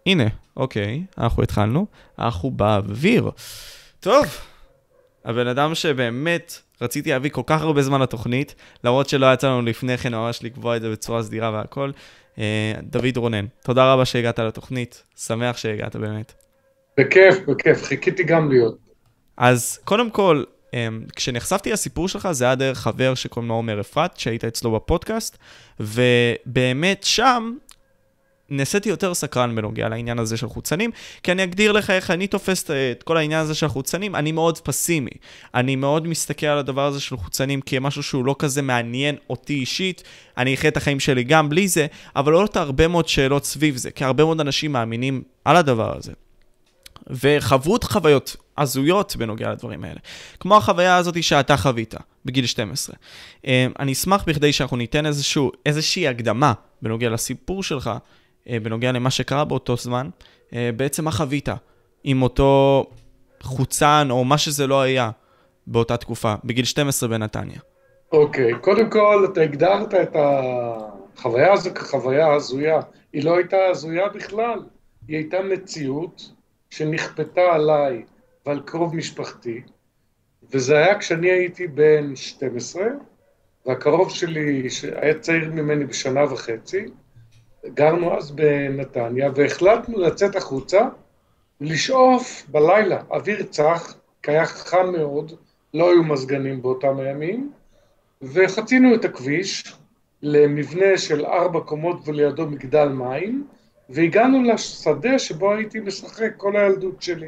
הנה, אוקיי, אנחנו התחלנו, אנחנו באוויר. טוב, הבן אדם שבאמת רציתי להביא כל כך הרבה זמן לתוכנית, למרות שלא יצא לנו לפני כן ממש לקבוע את זה בצורה סדירה והכל, דוד רונן, תודה רבה שהגעת לתוכנית, שמח שהגעת באמת. בכיף, בכיף, חיכיתי גם להיות. אז קודם כל, כשנחשפתי לסיפור שלך, זה היה דרך חבר שקוראים לו עומר אפרת, שהיית אצלו בפודקאסט, ובאמת שם נעשיתי יותר סקרן בנוגע לעניין הזה של חוצנים, כי אני אגדיר לך איך אני תופס את כל העניין הזה של חוצנים, אני מאוד פסימי. אני מאוד מסתכל על הדבר הזה של חוצנים כמשהו שהוא לא כזה מעניין אותי אישית, אני אחיה את החיים שלי גם בלי זה, אבל לא אותה הרבה מאוד שאלות סביב זה, כי הרבה מאוד אנשים מאמינים על הדבר הזה. וחוו חוויות הזויות בנוגע לדברים האלה. כמו החוויה הזאת שאתה חווית בגיל 12. אני אשמח בכדי שאנחנו ניתן איזושהי הקדמה בנוגע לסיפור שלך, בנוגע למה שקרה באותו זמן, בעצם מה חווית עם אותו חוצן או מה שזה לא היה באותה תקופה, בגיל 12 בנתניה. אוקיי, קודם כל אתה הגדרת את החוויה הזו כחוויה הזויה. היא לא הייתה הזויה בכלל, היא הייתה מציאות שנכפתה עליי ועל קרוב משפחתי, וזה היה כשאני הייתי בן 12, והקרוב שלי שהיה צעיר ממני בשנה וחצי, גרנו אז בנתניה, והחלטנו לצאת החוצה, לשאוף בלילה, אוויר צח, כי היה חם מאוד, לא היו מזגנים באותם הימים, וחצינו את הכביש למבנה של 4 קומות ולידו מגדל מים, והגענו לשדה שבו הייתי משחק כל הילדות שלי.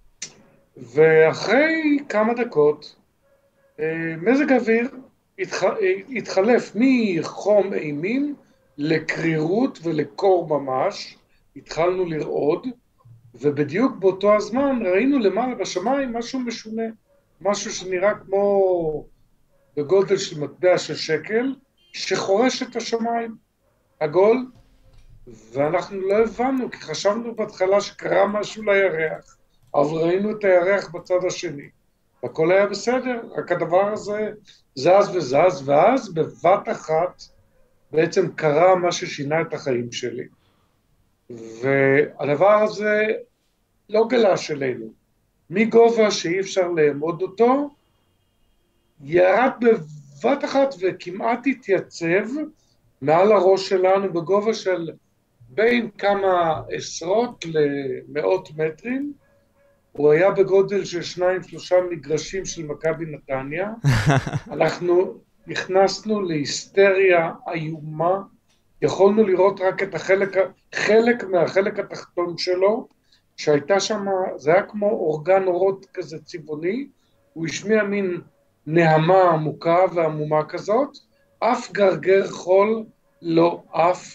ואחרי כמה דקות, מזג האוויר התחלף מחום אימים לקרירות ולקור ממש, התחלנו לרעוד, ובדיוק באותו הזמן ראינו למעלה בשמיים משהו משונה, משהו שנראה כמו בגודל של מטבע של שקל, שחורש את השמיים, עגול, ואנחנו לא הבנו, כי חשבנו בהתחלה שקרה משהו לירח, אבל ראינו את הירח בצד השני, והכל היה בסדר, רק הדבר הזה זז וזז, ואז בבת אחת בעצם קרה מה ששינה את החיים שלי. והדבר הזה לא גלש אלינו, מגובה שאי אפשר לעמוד אותו, ירד בבת אחת וכמעט התייצב מעל הראש שלנו בגובה של בין כמה עשרות למאות מטרים, הוא היה בגודל של 2-3 מגרשים של מכבי נתניה, אנחנו נכנסנו להיסטריה איומה, יכולנו לראות רק את חלק מהחלק התחתון שלו, שהייתה שם, זה היה כמו אורגן אורות כזה צבעוני, הוא השמיע מין נהמה עמוקה ועמומה כזאת, אף גרגר חול לא אף,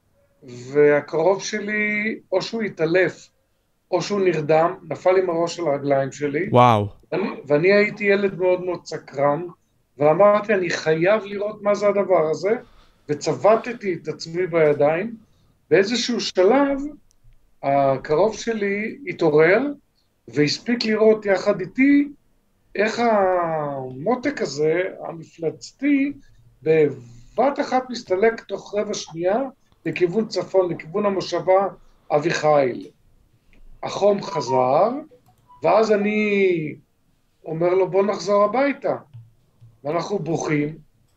והקרוב שלי או שהוא התעלף, או שהוא נרדם, נפל עם הראש על הרגליים שלי, וואו. ואני הייתי ילד מאוד מאוד סקרן, ואמרתי אני חייב לראות מה זה הדבר הזה, וצבטתי את עצמי בידיים, באיזשהו שלב, הקרוב שלי התעורר, והספיק לראות יחד איתי, איך המותק הזה, המפלצתי, בבת אחת מסתלק תוך רבע שנייה, לכיוון צפון, לכיוון המושבה אביחיל. החום חזר, ואז אני אומר לו בוא נחזור הביתה, ואנחנו בוכים,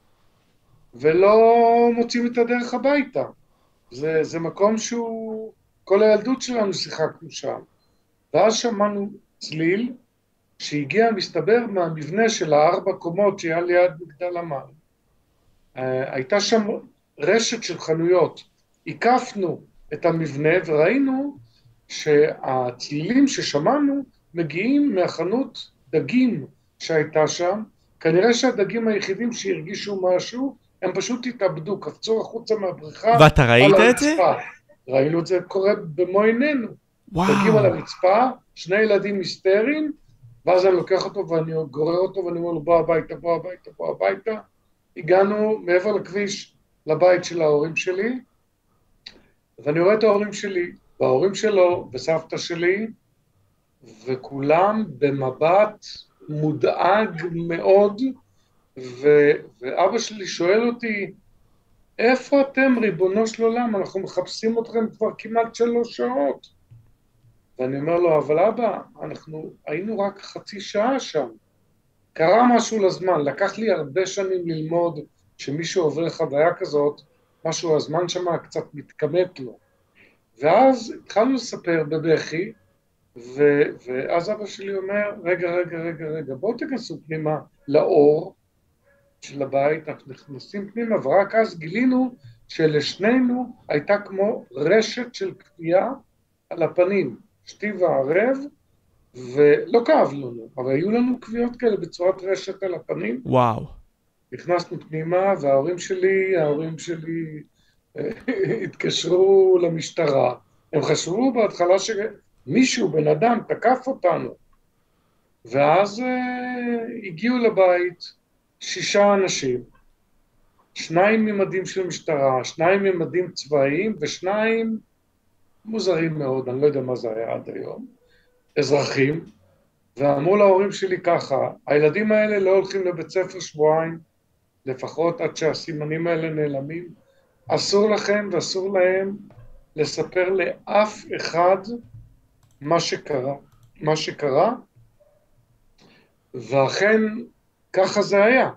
ולא מוצאים את הדרך הביתה. זה מקום שהוא, כל הילדות שלנו שיחקנו שם. ואז שמענו צליל, שהגיע מסתבר מהמבנה של 4 קומות שהיה ליד מגדל המים. הייתה שם רשת של חנויות. הקפנו את המבנה וראינו שהצלילים ששמענו מגיעים מהחנות דגים שהייתה שם. כנראה שהדגים היחידים שהרגישו משהו, הם פשוט התאבדו, קפצו החוצה מהבריכה. ואתה ראית את זה? ראינו את זה קורה במו עינינו. וואו. דגים על המצפה, 2 ילדים היסטריים, ואז אני לוקח אותו ואני גורר אותו ואני אומר לו בוא הביתה, בוא הביתה, בוא הביתה. הגענו מעבר לכביש לבית של ההורים שלי, ואני רואה את ההורים שלי, וההורים שלו וסבתא שלי, וכולם במבט מודאג מאוד, ואבא שלי שואל אותי, איפה אתם, ריבונו של עולם? אנחנו מחפשים אתכם כבר כמעט 3 שעות. ואני אומר לו, אבל אבא, אנחנו היינו רק חצי שעה שם. קרה משהו לזמן, לקח לי הרבה שנים ללמוד שמישהו עובר חוויה כזאת, משהו, הזמן שם קצת מתכמת לו. ואז התחלנו לספר בבכי, ואז אבא שלי אומר, רגע, בואו תכנסו פנימה לאור של הבית, אנחנו נכנסים פנימה, ורק אז גילינו שלשנינו הייתה כמו רשת של כפייה על הפנים, שתי וערב, ולא כאב לנו, אבל היו לנו כוויות כאלה בצורת רשת על הפנים. וואו. נכנסנו פנימה, וההורים שלי התקשרו למשטרה. הם חשבו בהתחלה שמישהו, בן אדם, תקף אותנו. ואז הגיעו לבית 6 אנשים, 2 ממדים של משטרה, 2 ממדים צבאיים, ו2 מוזרים מאוד, אני לא יודע מה זה היה עד היום, אזרחים, ואמרו להורים שלי ככה, הילדים האלה לא הולכים לבית ספר שבועיים, לפחות עד שהסימנים האלה נעלמים, אסור לכם ואסור להם לספר לאף אחד מה שקרה, ואכן ככה זה היה.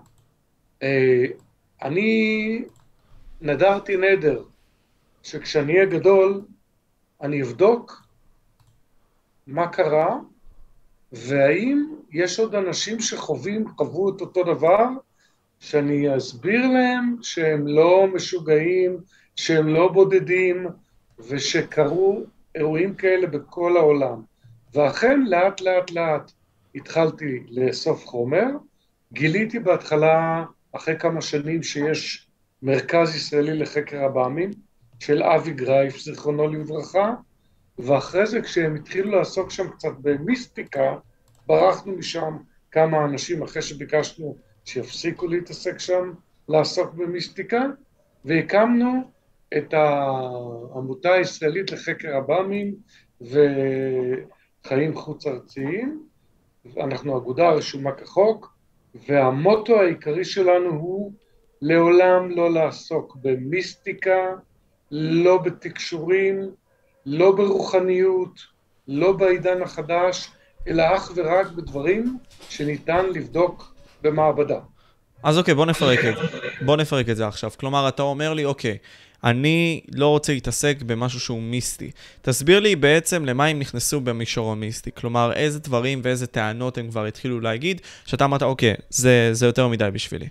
אני נדרתי נדר, שכשאני אהיה גדול, אני אבדוק מה קרה, והאם יש עוד אנשים שחוו את אותו דבר, שאני אסביר להם שהם לא משוגעים, שהם לא בודדים, ושקרו אירועים כאלה בכל העולם. ואכן לאט התחלתי לאסוף חומר, גיליתי בהתחלה, אחרי כמה שנים, שיש מרכז ישראלי לחקר הבאמים, של אבי גרייף, זיכרונו לברכה, ואחרי זה כשהם התחילו לעסוק שם קצת במיסטיקה, ברחנו משם כמה אנשים אחרי שביקשנו שיפסיקו להתעסק שם, לעסוק במיסטיקה, והקמנו את העמותה הישראלית לחקר הבאמים וחיים חוץ ארציים, אנחנו אגודה רשומה כחוק, והמוטו העיקרי שלנו הוא לעולם לא לעסוק במיסטיקה, לא בתקשורים, לא ברוחניות, לא בעידן החדש, אלא אך ורק בדברים שניתן לבדוק במעבדה. אז אוקיי, בוא נפרק את זה עכשיו. כלומר, אתה אומר לי, אוקיי, אני לא רוצה להתעסק במשהו שהוא מיסטי. תסביר לי בעצם למה הם נכנסו במישור המיסטי. כלומר, איזה דברים ואיזה טענות הם כבר התחילו להגיד, שאתה אמרת, אוקיי, זה יותר מדי בשבילי.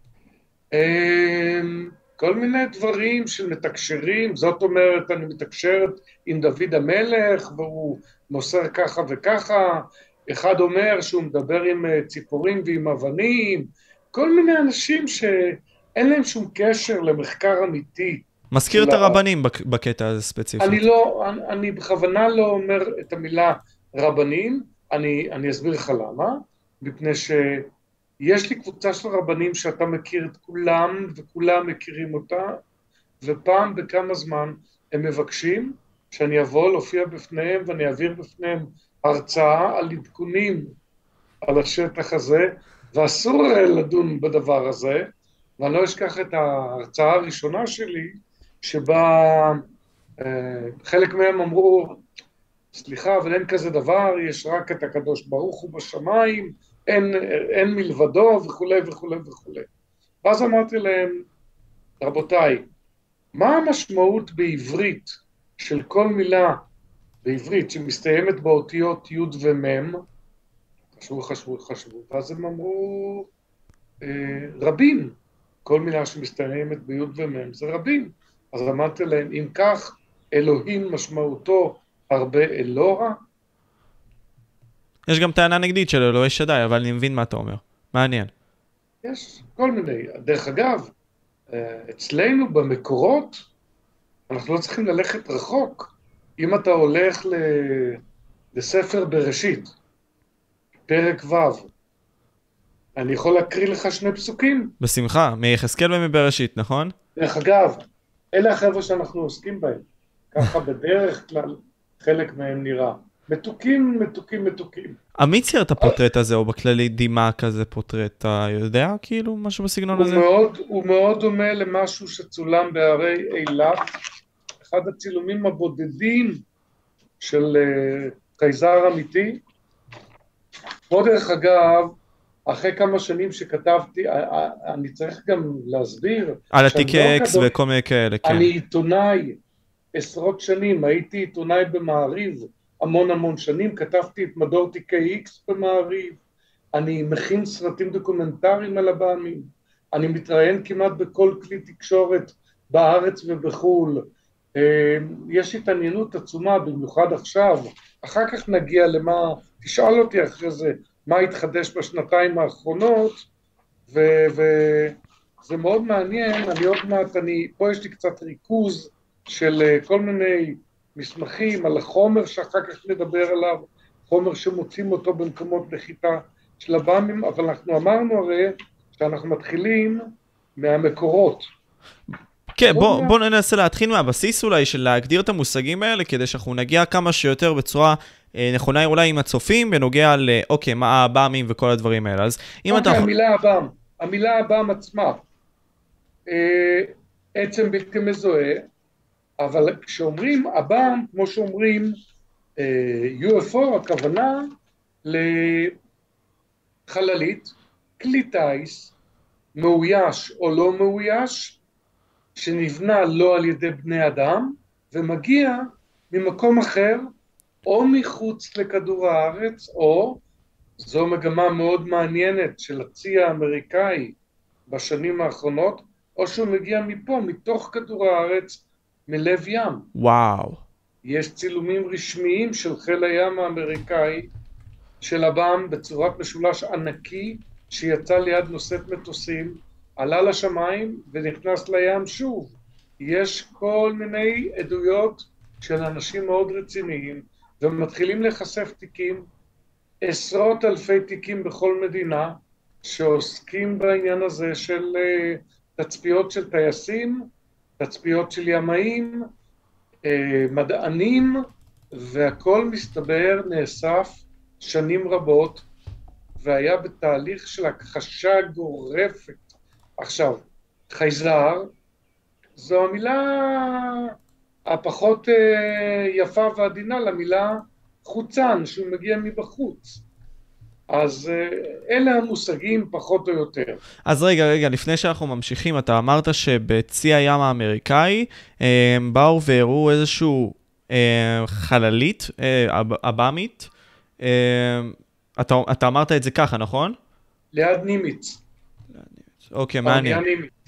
כל מיני דברים של מתקשרים, זאת אומרת, אני מתקשרת עם דוד המלך, והוא מוסר ככה וככה, אחד אומר שהוא מדבר עם ציפורים ועם אבנים, כל מיני אנשים שאין להם שום קשר למחקר אמיתי. מזכיר את הרבנים בקטע הזה ספציפית. אני בכוונה לא אומר את המילה רבנים, אני אסביר לך למה, מפני שיש לי קבוצה של רבנים שאתה מכיר את כולם, וכולם מכירים אותה, ופעם בכמה זמן הם מבקשים שאני אבוא להופיע בפניהם, ואני אעביר בפניהם הרצאה על עדכונים על השטח הזה, ואסור לדון בדבר הזה, ואני לא אשכח את ההרצאה הראשונה שלי, שבה חלק מהם אמרו, סליחה, אבל אין כזה דבר, יש רק את הקדוש ברוך הוא בשמיים, אין מלבדו וכולי וכולי וכולי. ואז אמרתי להם, רבותיי, מה המשמעות בעברית של כל מילה בעברית שמסתיימת באותיות י' ומ'? חשבו, ואז הם אמרו, רבים, כל מילה שמסתיימת בי' ומ' זה רבים. אז אמרתי להם, אם כך, אלוהים משמעותו הרבה אלוה? יש גם טענה נגדית של אלוהי שדי, אבל אני מבין מה אתה אומר. מעניין. יש כל מיני. דרך אגב, אצלנו במקורות, אנחנו לא צריכים ללכת רחוק. אם אתה הולך לספר בראשית, פרק ו', אני יכול להקריא לך 2 פסוקים. בשמחה, מיחזקאל ומבראשית, נכון? דרך אגב, אלה החבר'ה שאנחנו עוסקים בהם. ככה בדרך כלל חלק מהם נראה. מתוקים, מתוקים, מתוקים. מי צייר את הפורטרט הזה, או בכללי דימה כזה פורטרט, אתה יודע כאילו משהו בסגנון הזה? הוא מאוד דומה למשהו שצולם בהרי אילת, אחד הצילומים הבודדים של חייזר אמיתי. פה דרך אגב, אחרי כמה שנים שכתבתי, אני צריך גם להסביר. על התיקי אקס וכל מיני כאלה, כן. אני עיתונאי עשרות שנים, הייתי עיתונאי במעריב המון שנים, כתבתי את מדור תיקי איקס במעריב, אני מכין סרטים דוקומנטריים על הבאמים, אני מתראיין כמעט בכל כלי תקשורת בארץ ובחול, יש התעניינות עצומה במיוחד עכשיו, אחר כך נגיע למה, תשאל אותי אחרי זה, מה התחדש בשנתיים האחרונות, וזה מאוד מעניין, אני עוד מעט, פה יש לי קצת ריכוז של כל מיני מסמכים על החומר שאחר כך נדבר עליו, חומר שמוצאים אותו במקומות נחיתה של הבאמים, אבל אנחנו אמרנו הרי שאנחנו מתחילים מהמקורות. כן, בוא ננסה להתחיל מהבסיס אולי של להגדיר את המושגים האלה, כדי שאנחנו נגיע כמה שיותר בצורה נכונה אולי עם הצופים, בנוגע לאוקיי, מה הבאמים וכל הדברים האלה. אז אם אתה... המילה הבאם עצמה, עצם בלתי מזוהה, אבל כשאומרים הבאם, כמו שאומרים UFO, הכוונה לחללית, כלי טייס, מאויש או לא מאויש, שנבנה לא על ידי בני אדם, ומגיע ממקום אחר, או מחוץ לכדור הארץ, או, זו מגמה מאוד מעניינת של הצי האמריקאי בשנים האחרונות, או שהוא מגיע מפה, מתוך כדור הארץ, מלב ים. וואו. יש צילומים רשמיים של חיל הים האמריקאי, של הבאם בצורת משולש ענקי, שיצא ליד נושאת מטוסים, עלה לשמיים ונכנס לים שוב. יש כל מיני עדויות של אנשים מאוד רציניים, ומתחילים לחשף תיקים, עשרות אלפי תיקים בכל מדינה, שעוסקים בעניין הזה של תצפיות של טייסים, תצפיות של ימאים, מדענים, והכל מסתבר נאסף שנים רבות, והיה בתהליך של הכחשה גורפת. עכשיו, חייזר, זו המילה הפחות יפה ועדינה למילה חוצן, שהוא מגיע מבחוץ. אז אלה המושגים פחות או יותר. אז רגע, לפני שאנחנו ממשיכים, אתה אמרת שבצי הים האמריקאי באו והראו איזשהו חללית, הבאמית. אתה אמרת את זה ככה, נכון? ליד נימיץ. אוקיי, מעניין.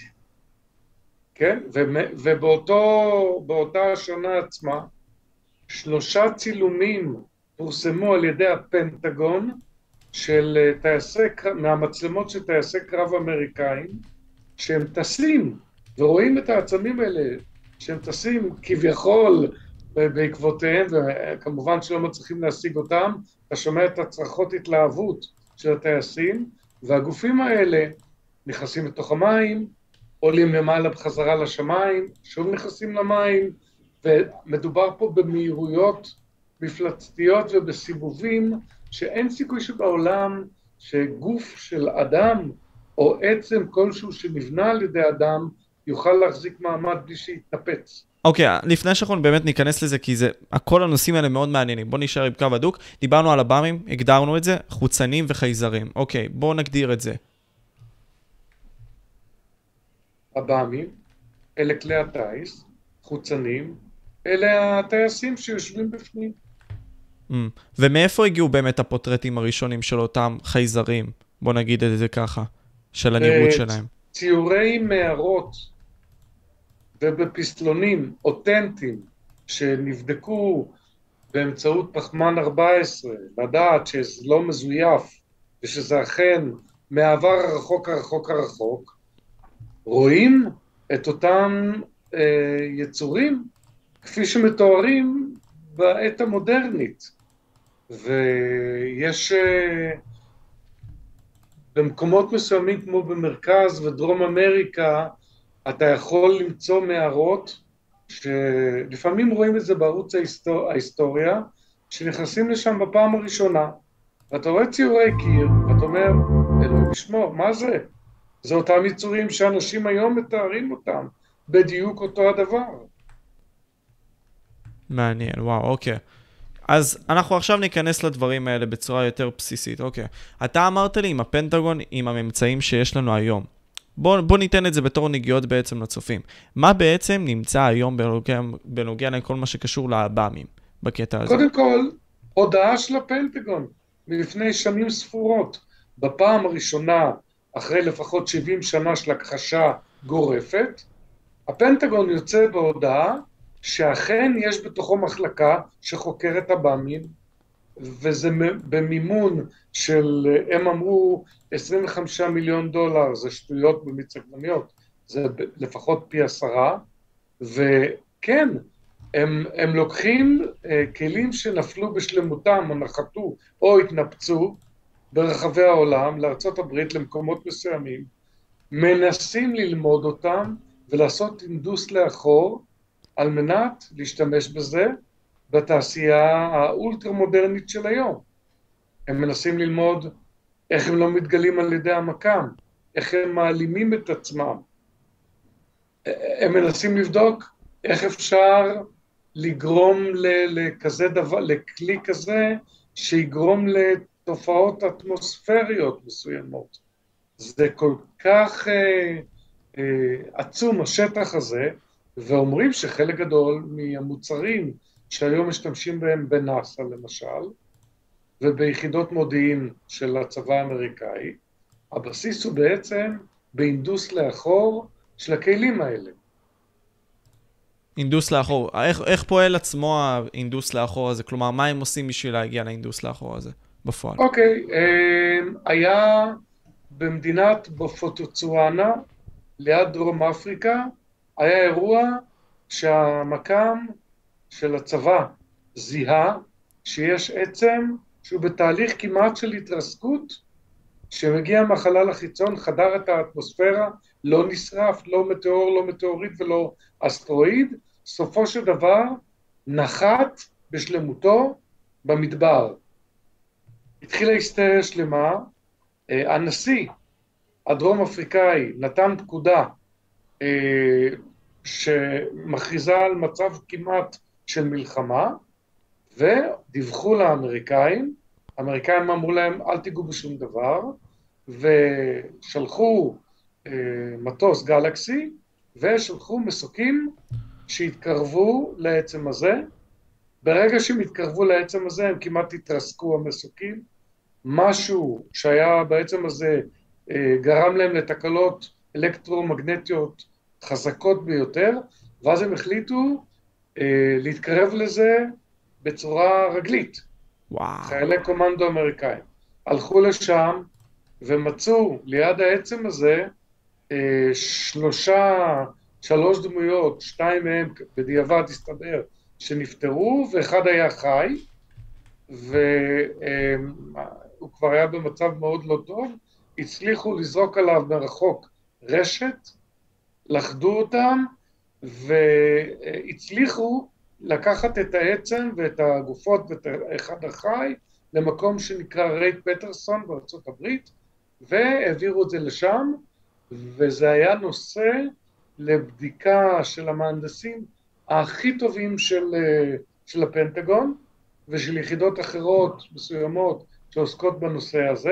כן, ובאותה השנה עצמה, 3 צילומים פורסמו על ידי הפנטגון, של מהמצלמות של טייסי קרב אמריקאים, שהם טסים, ורואים את העצמים האלה, שהם טסים כביכול בעקבותיהם, וכמובן שלא מצליחים להשיג אותם, אתה שומע את הצרחות התלהבות של הטייסים, והגופים האלה נכנסים לתוך המים, עולים למעלה בחזרה לשמיים, שוב נכנסים למים, ומדובר פה במהירויות מפלצתיות ובסיבובים, שאין סיכוי שבעולם שגוף של אדם או עצם כלשהו שנבנה על ידי אדם יוכל להחזיק מעמד בלי שיתנפץ. אוקיי, לפני שאנחנו באמת ניכנס לזה, כי כל הנושאים האלה מאוד מעניינים. בוא נשאר עם קו הדוק. דיברנו על הבאמים, הגדרנו את זה, חוצנים וחייזרים. אוקיי, בוא נגדיר את זה. הבאמים, אלה כלי הטייס, חוצנים, אלה הטייסים שיושבים בפנים. ומאיפה הגיעו באמת הפורטרטים הראשונים של אותם חייזרים? בוא נגיד את זה ככה, של הנראות שלהם. ציורי מערות ובפסלונים אותנטיים שנבדקו באמצעות פחמן 14, לדעת שזה לא מזויף ושזה אכן מהעבר הרחוק, רואים את אותם יצורים כפי שמתוארים בעת המודרנית. ויש במקומות מסוימים כמו במרכז ודרום אמריקה, אתה יכול למצוא מערות, שלפעמים רואים את זה בערוץ ההיסטוריה, שנכנסים לשם בפעם הראשונה, ואתה רואה ציורי קיר, ואתה אומר, אלוהים ישמור, מה זה? זה אותם יצורים שאנשים היום מתארים אותם, בדיוק אותו הדבר. מעניין, וואו, אוקיי. אז אנחנו עכשיו ניכנס לדברים האלה בצורה יותר בסיסית, אוקיי. אתה אמרת לי עם הפנטגון, עם הממצאים שיש לנו היום. בוא ניתן את זה בתור נגיעות בעצם לצופים. מה בעצם נמצא היום בנוגע לכל מה שקשור לאב"מים בקטע הזה? קודם כל, הודעה של הפנטגון, מלפני שנים ספורות, בפעם הראשונה, אחרי לפחות 70 שנה של הכחשה גורפת, הפנטגון יוצא בהודעה שאכן יש בתוכו מחלקה שחוקרת אב"מים, וזה במימון של, הם אמרו, $25 מיליון, זה שטויות במיץ עגבניות, זה לפחות פי 10, וכן, הם לוקחים כלים שנפלו בשלמותם, או נחתו, או התנפצו ברחבי העולם, לארצות הברית, למקומות מסוימים, מנסים ללמוד אותם ולעשות אינדוס לאחור, על מנת להשתמש בזה בתעשייה האולטרה מודרנית של היום. הם מנסים ללמוד איך הם לא מתגלים על ידי המקם, איך הם מעלימים את עצמם. הם מנסים לבדוק איך אפשר לגרום לכזה דבר, לכלי כזה, שיגרום לתופעות אטמוספריות מסוימות. זה כל כך עצום השטח הזה, ואומרים שחלק גדול מהמוצרים שהיום משתמשים בהם בנאס"א למשל, וביחידות מודיעין של הצבא האמריקאי, הבסיס הוא בעצם באינדוס לאחור של הכלים האלה. אינדוס לאחור. איך פועל עצמו האינדוס לאחור הזה? כלומר, מה הם עושים בשביל להגיע לאינדוס לאחור הזה בפועל? אוקיי, היה במדינת בופוטוצואנה, ליד דרום אפריקה, היה אירוע שהמקם של הצבא זיהה שיש עצם שהוא בתהליך כמעט של התרסקות, שמגיע מהחלל החיצון, חדר את האטמוספירה, לא נשרף, לא מטאור, לא מטאוריט ולא אסטרואיד, סופו של דבר נחת בשלמותו במדבר. התחילה היסטריה שלמה, הנשיא הדרום אפריקאי נתן פקודה שמכריזה על מצב כמעט של מלחמה, ודיווחו לאמריקאים, האמריקאים אמרו להם אל תיגעו בשום דבר, ושלחו מטוס גלקסי, ושלחו מסוקים שהתקרבו לעצם הזה. ברגע שהם התקרבו לעצם הזה, הם כמעט התרסקו המסוקים, משהו שהיה בעצם הזה גרם להם לתקלות אלקטרומגנטיות חזקות ביותר, ואז הם החליטו להתקרב לזה בצורה רגלית. וואו. חיילי קומנדו אמריקאים. הלכו לשם ומצאו ליד העצם הזה שלוש דמויות, 2 מהם בדיעבד הסתבר שנפטרו, ואחד היה חי, והוא כבר היה במצב מאוד לא טוב, הצליחו לזרוק עליו מרחוק רשת, לחדו אותם, והצליחו לקחת את העצם ואת הגופות ואת אחד החי, למקום שנקרא רייט פטרסון בארצות הברית, והעבירו את זה לשם, וזה היה נושא לבדיקה של המהנדסים הכי טובים של הפנטגון, ושל יחידות אחרות מסוימות שעוסקות בנושא הזה,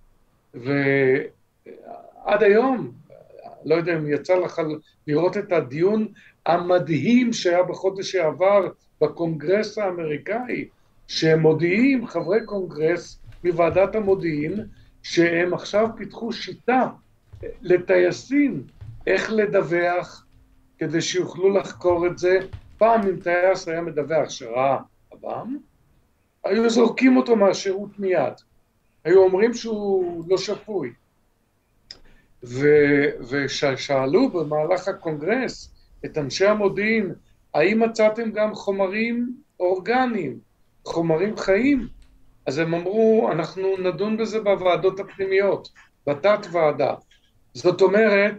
ועד היום, לא יודע אם יצא לך לראות את הדיון המדהים שהיה בחודש שעבר בקונגרס האמריקאי, שהם מודיעים, חברי קונגרס מוועדת המודיעין, שהם עכשיו פיתחו שיטה לטייסים איך לדווח כדי שיוכלו לחקור את זה. פעם אם טייס היה מדווח שראה אב"ם, היו זורקים אותו מהשירות מיד, היו אומרים שהוא לא שפוי. ושאלו במהלך הקונגרס את אנשי המודיעין, האם מצאתם גם חומרים אורגניים, חומרים חיים? אז הם אמרו, אנחנו נדון בזה בוועדות הפנימיות, בתת ועדה. זאת אומרת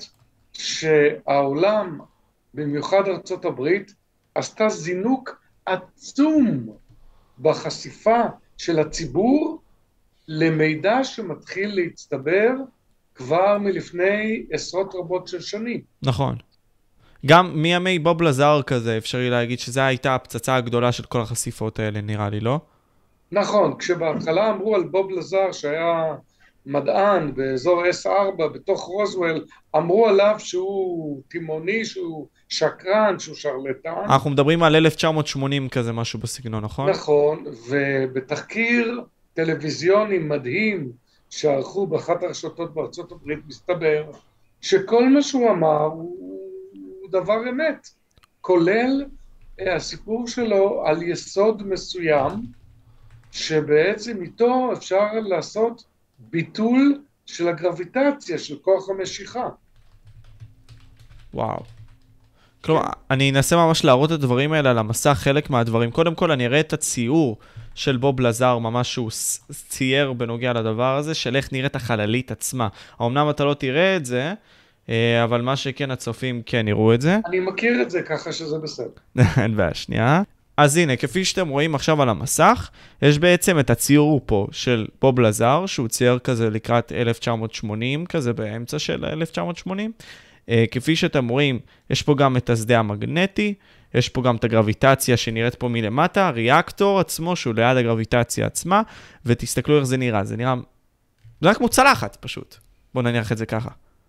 שהעולם, במיוחד ארצות הברית, עשתה זינוק עצום בחשיפה של הציבור למידע שמתחיל להצטבר כבר מלפני עשרות רבות של שנים. נכון. גם מימי בוב לזר כזה, אפשרי להגיד שזו הייתה הפצצה הגדולה של כל החשיפות האלה, נראה לי, לא? נכון, כשבהתחלה אמרו על בוב לזר שהיה מדען באזור S4 בתוך רוזוול, אמרו עליו שהוא תימוני, שהוא שקרן, שהוא שרלטן. אנחנו מדברים על 1980 כזה, משהו בסגנון, נכון? נכון, ובתחקיר טלוויזיוני מדהים שערכו באחת הרשתות בארצות הברית, מסתבר שכל מה שהוא אמר הוא דבר אמת, כולל הסיפור שלו על יסוד מסוים, שבעצם איתו אפשר לעשות ביטול של הגרביטציה, של כוח המשיכה. וואו. כלומר, אני אנסה ממש להראות את הדברים האלה על המסך, חלק מהדברים. קודם כל, אני אראה את הציור של בוב לזר, ממש שהוא צייר בנוגע לדבר הזה, של איך נראית החללית עצמה. אמנם אתה לא תראה את זה, אבל מה שכן, הצופים כן יראו את זה. אני מכיר את זה ככה שזה בסדר. אין בעיה, שנייה. אז הנה, כפי שאתם רואים עכשיו על המסך, יש בעצם את הציור פה של בוב לזר, שהוא צייר כזה לקראת 1980, כזה באמצע של 1980. כפי שאתם רואים, יש פה גם את השדה המגנטי, יש פה גם את הגרביטציה שנראית פה מלמטה, הריאקטור עצמו שהוא ליד הגרביטציה עצמה, ותסתכלו איך זה נראה. זה נראה כמו צלחת פשוט. בואו נניח את זה ככה.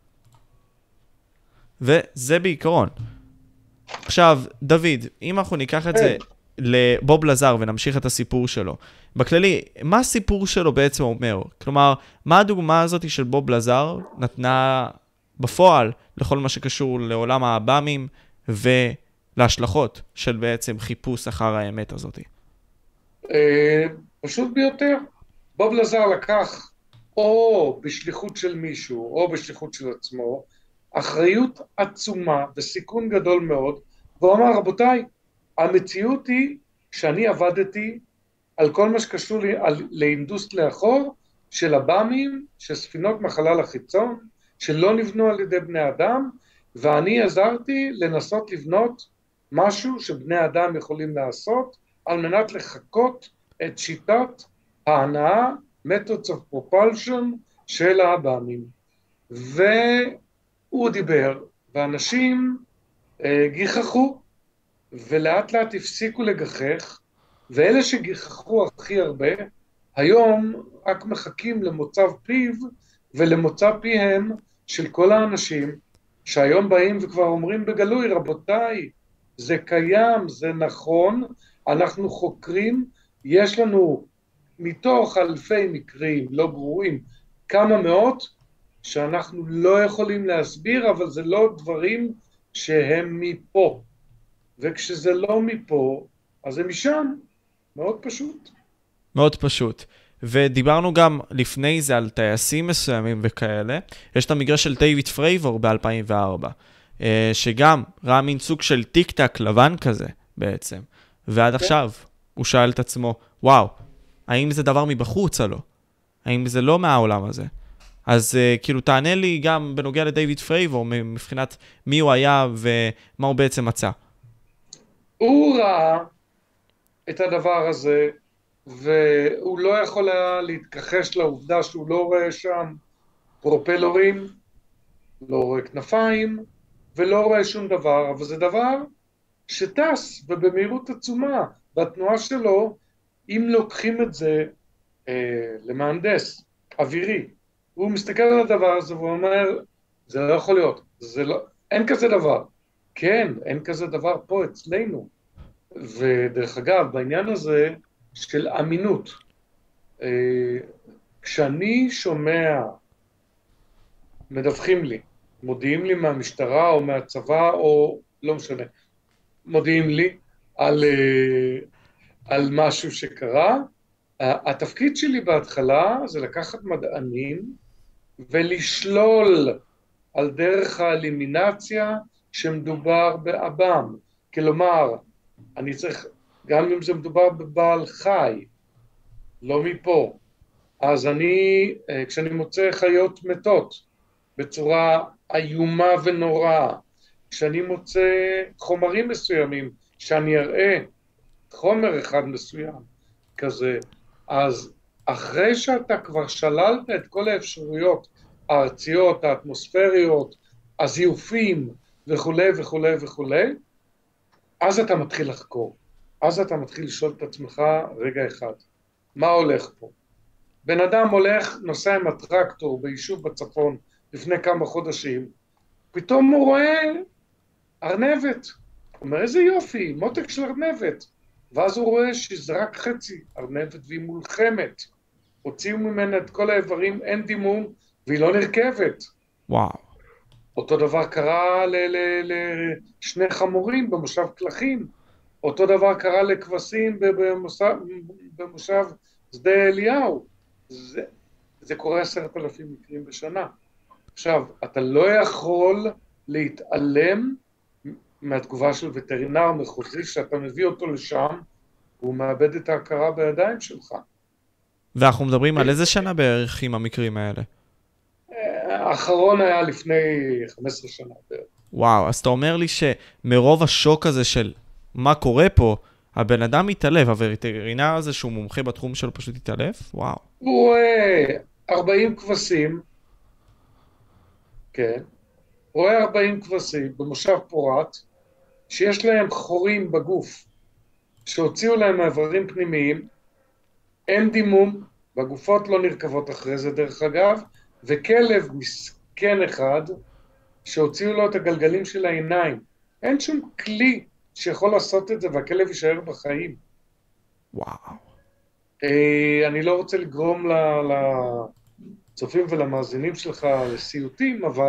וזה בעיקרון. עכשיו, דוד, אם אנחנו ניקח את זה לבוב לזר ונמשיך את הסיפור שלו, בכללי, מה הסיפור שלו בעצם אומר? כלומר, מה הדוגמה הזאת של בוב לזר נתנה בפועל לכל מה שקשור לעולם האב"מים ולהשלכות של בעצם חיפוש אחר האמת הזאת? פשוט ביותר. בוב לזר לקח או בשליחות של מישהו או בשליחות של עצמו אחריות עצומה וסיכון גדול מאוד, והוא אמר, רבותיי, המציאות היא שאני עבדתי על כל מה שקשור להינדוס לאחור של אב"מים, של ספינות מחלל החיצון, שלא נבנו על ידי בני אדם, ואני עזרתי לנסות לבנות משהו שבני אדם יכולים לעשות, על מנת לחקות את שיטת ההנאה, methods of propulsion של האב"מים. והוא דיבר, ואנשים גיחכו, ולאט לאט הפסיקו לגחך, ואלה שגיחכו הכי הרבה, היום רק מחכים למוצב פיו ולמוצא פיהם של כל האנשים שהיום באים וכבר אומרים בגלוי, רבותיי, זה קיים, זה נכון, אנחנו חוקרים, יש לנו מתוך אלפי מקרים לא ברורים, כמה מאות שאנחנו לא יכולים להסביר, אבל זה לא דברים שהם מפה. וכשזה לא מפה, אז זה משם. מאוד פשוט. מאוד פשוט. ודיברנו גם לפני זה על טייסים מסוימים וכאלה. יש את המקרה של דיוויד פרייבור ב-2004, שגם ראה מין סוג של טיק טק לבן כזה בעצם. ועד עכשיו הוא שאל את עצמו, וואו, האם זה דבר מבחוץ או לא? האם זה לא מהעולם הזה? אז כאילו תענה לי גם בנוגע לדיוויד פרייבור, מבחינת מי הוא היה ומה הוא בעצם מצא. הוא ראה את הדבר הזה, והוא לא יכול היה להתכחש לעובדה שהוא לא רואה שם פרופלורים, לא רואה כנפיים, ולא רואה שום דבר, אבל זה דבר שטס ובמהירות עצומה, והתנועה שלו, אם לוקחים את זה למהנדס אווירי, הוא מסתכל על הדבר הזה והוא אומר, זה לא יכול להיות, אין כזה דבר. כן, אין כזה דבר פה אצלנו. ודרך אגב, בעניין הזה של אמינות, כשאני שומע, מדווחים לי, מודיעים לי מהמשטרה או מהצבא או לא משנה, מודיעים לי על משהו שקרה, התפקיד שלי בהתחלה זה לקחת מדענים ולשלול על דרך האלימינציה שמדובר באב"ם. כלומר, אני צריך, גם אם זה מדובר בבעל חי, לא מפה, אז כשאני מוצא חיות מתות בצורה איומה ונוראה, כשאני מוצא חומרים מסוימים, שאני אראה חומר אחד מסוים, כזה, אז אחרי שאתה כבר שללת את כל האפשרויות הארציות, האטמוספריות, הזיופים וכולי וכולי וכולי, אז אתה מתחיל לחקור. אז אתה מתחיל לשאול את עצמך רגע אחד, מה הולך פה? בן אדם הולך, נוסע עם הטרקטור ביישוב בצפון לפני כמה חודשים, פתאום הוא רואה ארנבת. הוא אומר, איזה יופי, מותק של ארנבת. ואז הוא רואה שזה רק חצי ארנבת והיא מולחמת. הוציאו ממנה את כל האיברים, אין דימום, והיא לא נרכבת. וואו. אותו דבר קרה לשני חמורים במושב קלחים. אותו דבר קרה לכבשים במושב שדה אליהו. זה קורה 10,000 מקרים בשנה. עכשיו, אתה לא יכול להתעלם מהתגובה של וטרינר מחוזי, שאתה מביא אותו לשם, והוא מאבד את ההכרה בידיים שלך. ואנחנו מדברים על איזה שנה בערך עם המקרים האלה? האחרון היה לפני 15 שנה בערך. וואו, אז אתה אומר לי שמרוב השוק הזה של מה קורה פה, הבן אדם מתעלף, הווטרינר הזה שהוא מומחה בתחום שלו פשוט התעלף? וואו. הוא רואה 40 כבשים, כן, רואה 40 כבשים במושב פורת, שיש להם חורים בגוף, שהוציאו להם איברים פנימיים, אין דימום, והגופות לא נרכבות אחרי זה דרך אגב, וכלב מסכן אחד, שהוציאו לו את הגלגלים של העיניים. אין שום כלי שיכול לעשות את זה, והכלב יישאר בחיים. וואו. אני לא רוצה לגרום לצופים ולמאזינים שלך לסיוטים, אבל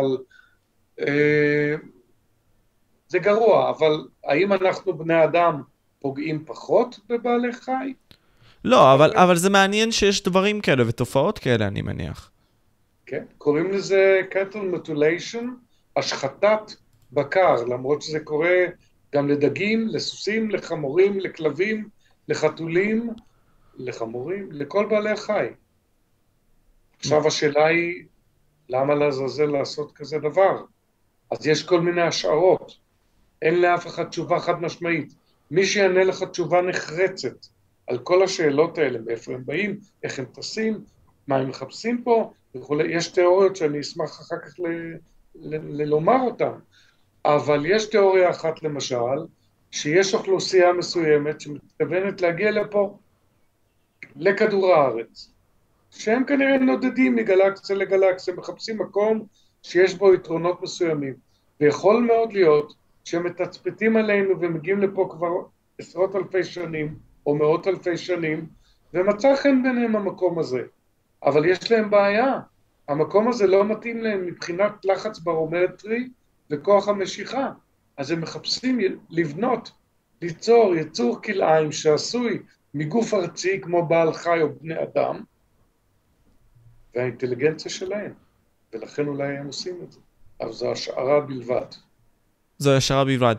זה גרוע. אבל האם אנחנו בני אדם פוגעים פחות בבעלי חי? לא, אבל זה מעניין שיש דברים כאלה ותופעות כאלה, אני מניח. כן, קוראים לזה cattle mutilation, השחתת בקר, למרות שזה קורה גם לדגים, לסוסים, לחמורים, לכלבים, לחתולים, לחמורים, לכל בעלי חי. עכשיו השאלה היא, למה לעזאזל לעשות כזה דבר? אז יש כל מיני השערות. אין לאף אחד תשובה חד משמעית. מי שיענה לך תשובה נחרצת על כל השאלות האלה, מאיפה הם באים, איך הם טסים, מה הם מחפשים פה, וכו'. יש תיאוריות שאני אשמח אחר כך לומר אותן. אבל יש תיאוריה אחת למשל, שיש אוכלוסייה מסוימת שמתכוונת להגיע לפה, לכדור הארץ, שהם כנראה נודדים מגלקסיה לגלקסיה, מחפשים מקום שיש בו יתרונות מסוימים, ויכול מאוד להיות שהם מתצפתים עלינו ומגיעים לפה כבר 10 אלפי שנים, או 100 אלפי שנים, ומצא חן ביניהם המקום הזה. אבל יש להם בעיה, המקום הזה לא מתאים להם מבחינת לחץ ברומטרי וכוח המשיכה, אז הם מחפשים לבנות, ליצור יצור כלאיים שעשוי מגוף ארצי כמו בעל חי או בני אדם, והאינטליגנציה שלהם, ולכן אולי הם עושים את זה. אבל זו השערה בלבד. זו השערה בלבד.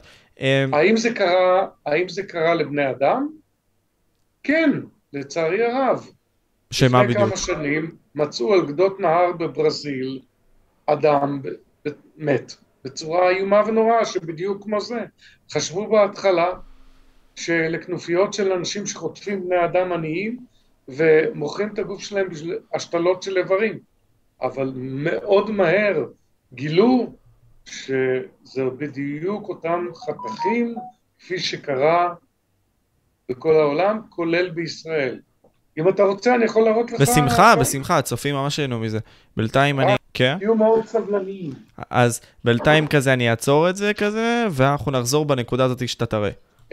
האם זה קרה לבני אדם? כן, לצערי הרב. שמה בדיוק? לפני כמה שנים מצאו על גדות נהר בברזיל אדם מת, בצורה איומה ונוראה שבדיוק כמו זה. חשבו בהתחלה שלכנופיות של אנשים שחוטפים בני אדם עניים ומוכרים את הגוף שלהם בשביל השתלות של איברים. אבל מאוד מהר גילו שזה בדיוק אותם חתכים כפי שקרה בכל העולם, כולל בישראל. אם אתה רוצה, אני יכול להראות לך... בשמחה, הצופים ממש היינו מזה. בינתיים אני... כן? תהיו מאוד סבלניים. אז בינתיים כזה אני אעצור את זה כזה, ואנחנו נחזור בנקודה הזאת שאתה תראה.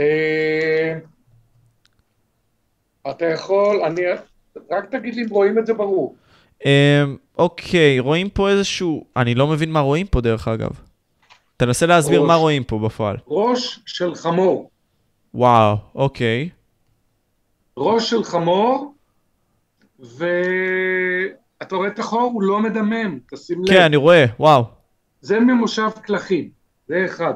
אתה יכול, רק תגיד לי אם רואים את זה ברור. אוקיי, רואים פה איזשהו... אני לא מבין מה רואים פה דרך אגב. תנסה להסביר מה רואים פה בפועל. ראש של חמור. וואו, אוקיי. ראש של חמור, ואתה רואה את החור, הוא לא מדמם, תשים לב. כן, אני רואה, וואו. זה ממושב קלחים, זה אחד.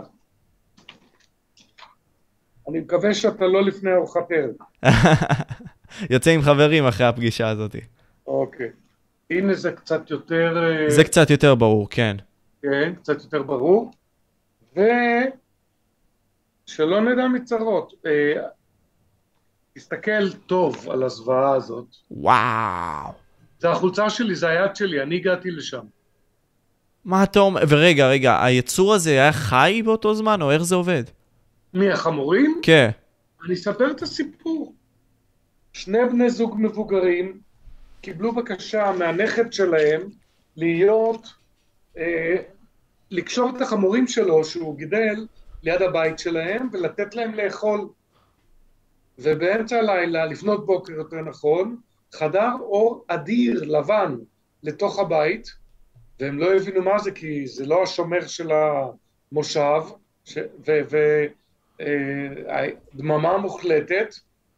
אני מקווה שאתה לא לפני ארוחת ערב. יוצא עם חברים אחרי הפגישה הזאת. אוקיי. הנה זה קצת יותר... זה קצת יותר ברור, כן. כן, קצת יותר ברור. ושלא נדע מצרות. תסתכל טוב על הזוועה הזאת. וואו. זה החולצה שלי, זה היד שלי, אני הגעתי לשם. מה אתה אומר? ורגע, היצור הזה היה חי באותו זמן, או איך זה עובד? מי, החמורים? כן. אני אספר את הסיפור. שני בני זוג מבוגרים קיבלו בקשה מהנכד שלהם לקשור את החמורים שלו שהוא גידל ליד הבית שלהם ולתת להם לאכול. ובאמצע הלילה, לפנות בוקר יותר נכון, חדר אור אדיר לבן לתוך הבית, והם לא הבינו מה זה, כי זה לא השומר של המושב, ודממה מוחלטת,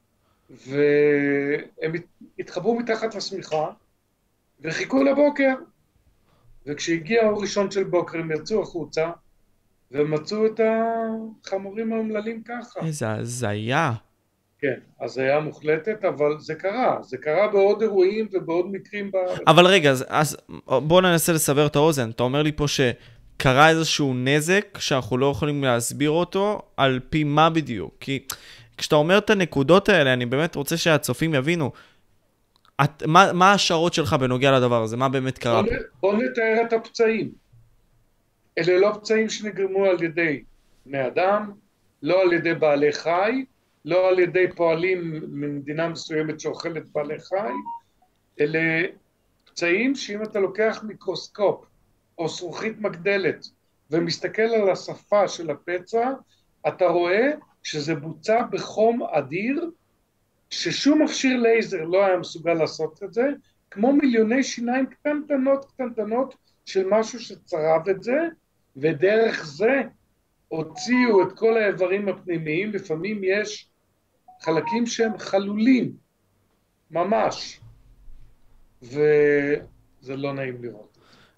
והם התחברו מתחת לשמיכה, וחיכו לבוקר, וכשהגיע האור ראשון של בוקר, הם יצאו החוצה, ומצאו את החמורים האומללים ככה. איזה הזיה. כן, אז היה מוחלטת, אבל זה קרה בעוד אירועים ובעוד מקרים בארץ. אבל רגע, אז בוא ננסה לסבר את האוזן. אתה אומר לי פה שקרה איזשהו נזק שאנחנו לא יכולים להסביר אותו, על פי מה בדיוק? כי כשאתה אומר את הנקודות האלה, אני באמת רוצה שהצופים יבינו, מה ההשערות שלך בנוגע לדבר הזה? מה באמת קרה פה? בוא נתאר את הפצעים. אלה לא פצעים שנגרמו על ידי בני אדם, לא על ידי בעלי חי, לא על ידי פועלים ממדינה מסוימת שאוכלת בעלי חי, אלה פצעים שאם אתה לוקח מיקרוסקופ או זכוכית מגדלת ומסתכל על השפה של הפצע, אתה רואה שזה בוצע בחום אדיר, ששום מכשיר לייזר לא היה מסוגל לעשות את זה, כמו מיליוני שיניים קטנטנות של משהו שצרב את זה, ודרך זה הוציאו את כל האיברים הפנימיים, לפעמים יש חלקים שהם חלולים, ממש, וזה לא נעים לראות.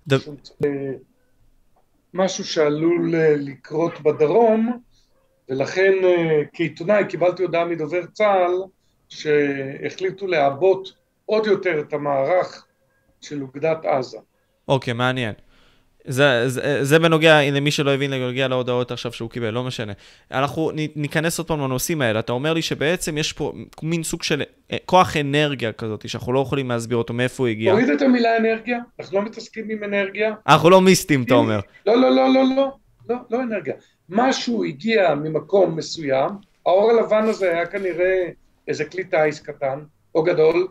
משהו שעלול לקרות בדרום, ולכן כעיתונאי קיבלתי הודעה מדובר צה"ל, שהחליטו לעבות עוד יותר את המערך של אוגדת עזה. אוקיי, מעניין. זה בנוגע, למי שלא הבין, בנוגע להודעות עכשיו שהוא קיבל, לא משנה. אנחנו ניכנס עוד פעם לנושאים האלה. אתה אומר לי שבעצם יש פה מין סוג של כוח אנרגיה כזאת, שאנחנו לא יכולים להסביר אותו מאיפה הוא הגיע. תוריד את המילה אנרגיה, אנחנו לא מתעסקים עם אנרגיה. אנחנו לא מיסטים, אתה אומר. לא אנרגיה. משהו הגיע ממקום מסוים, האור הלבן הזה היה כנראה איזה כלי טייס קטן או גדול,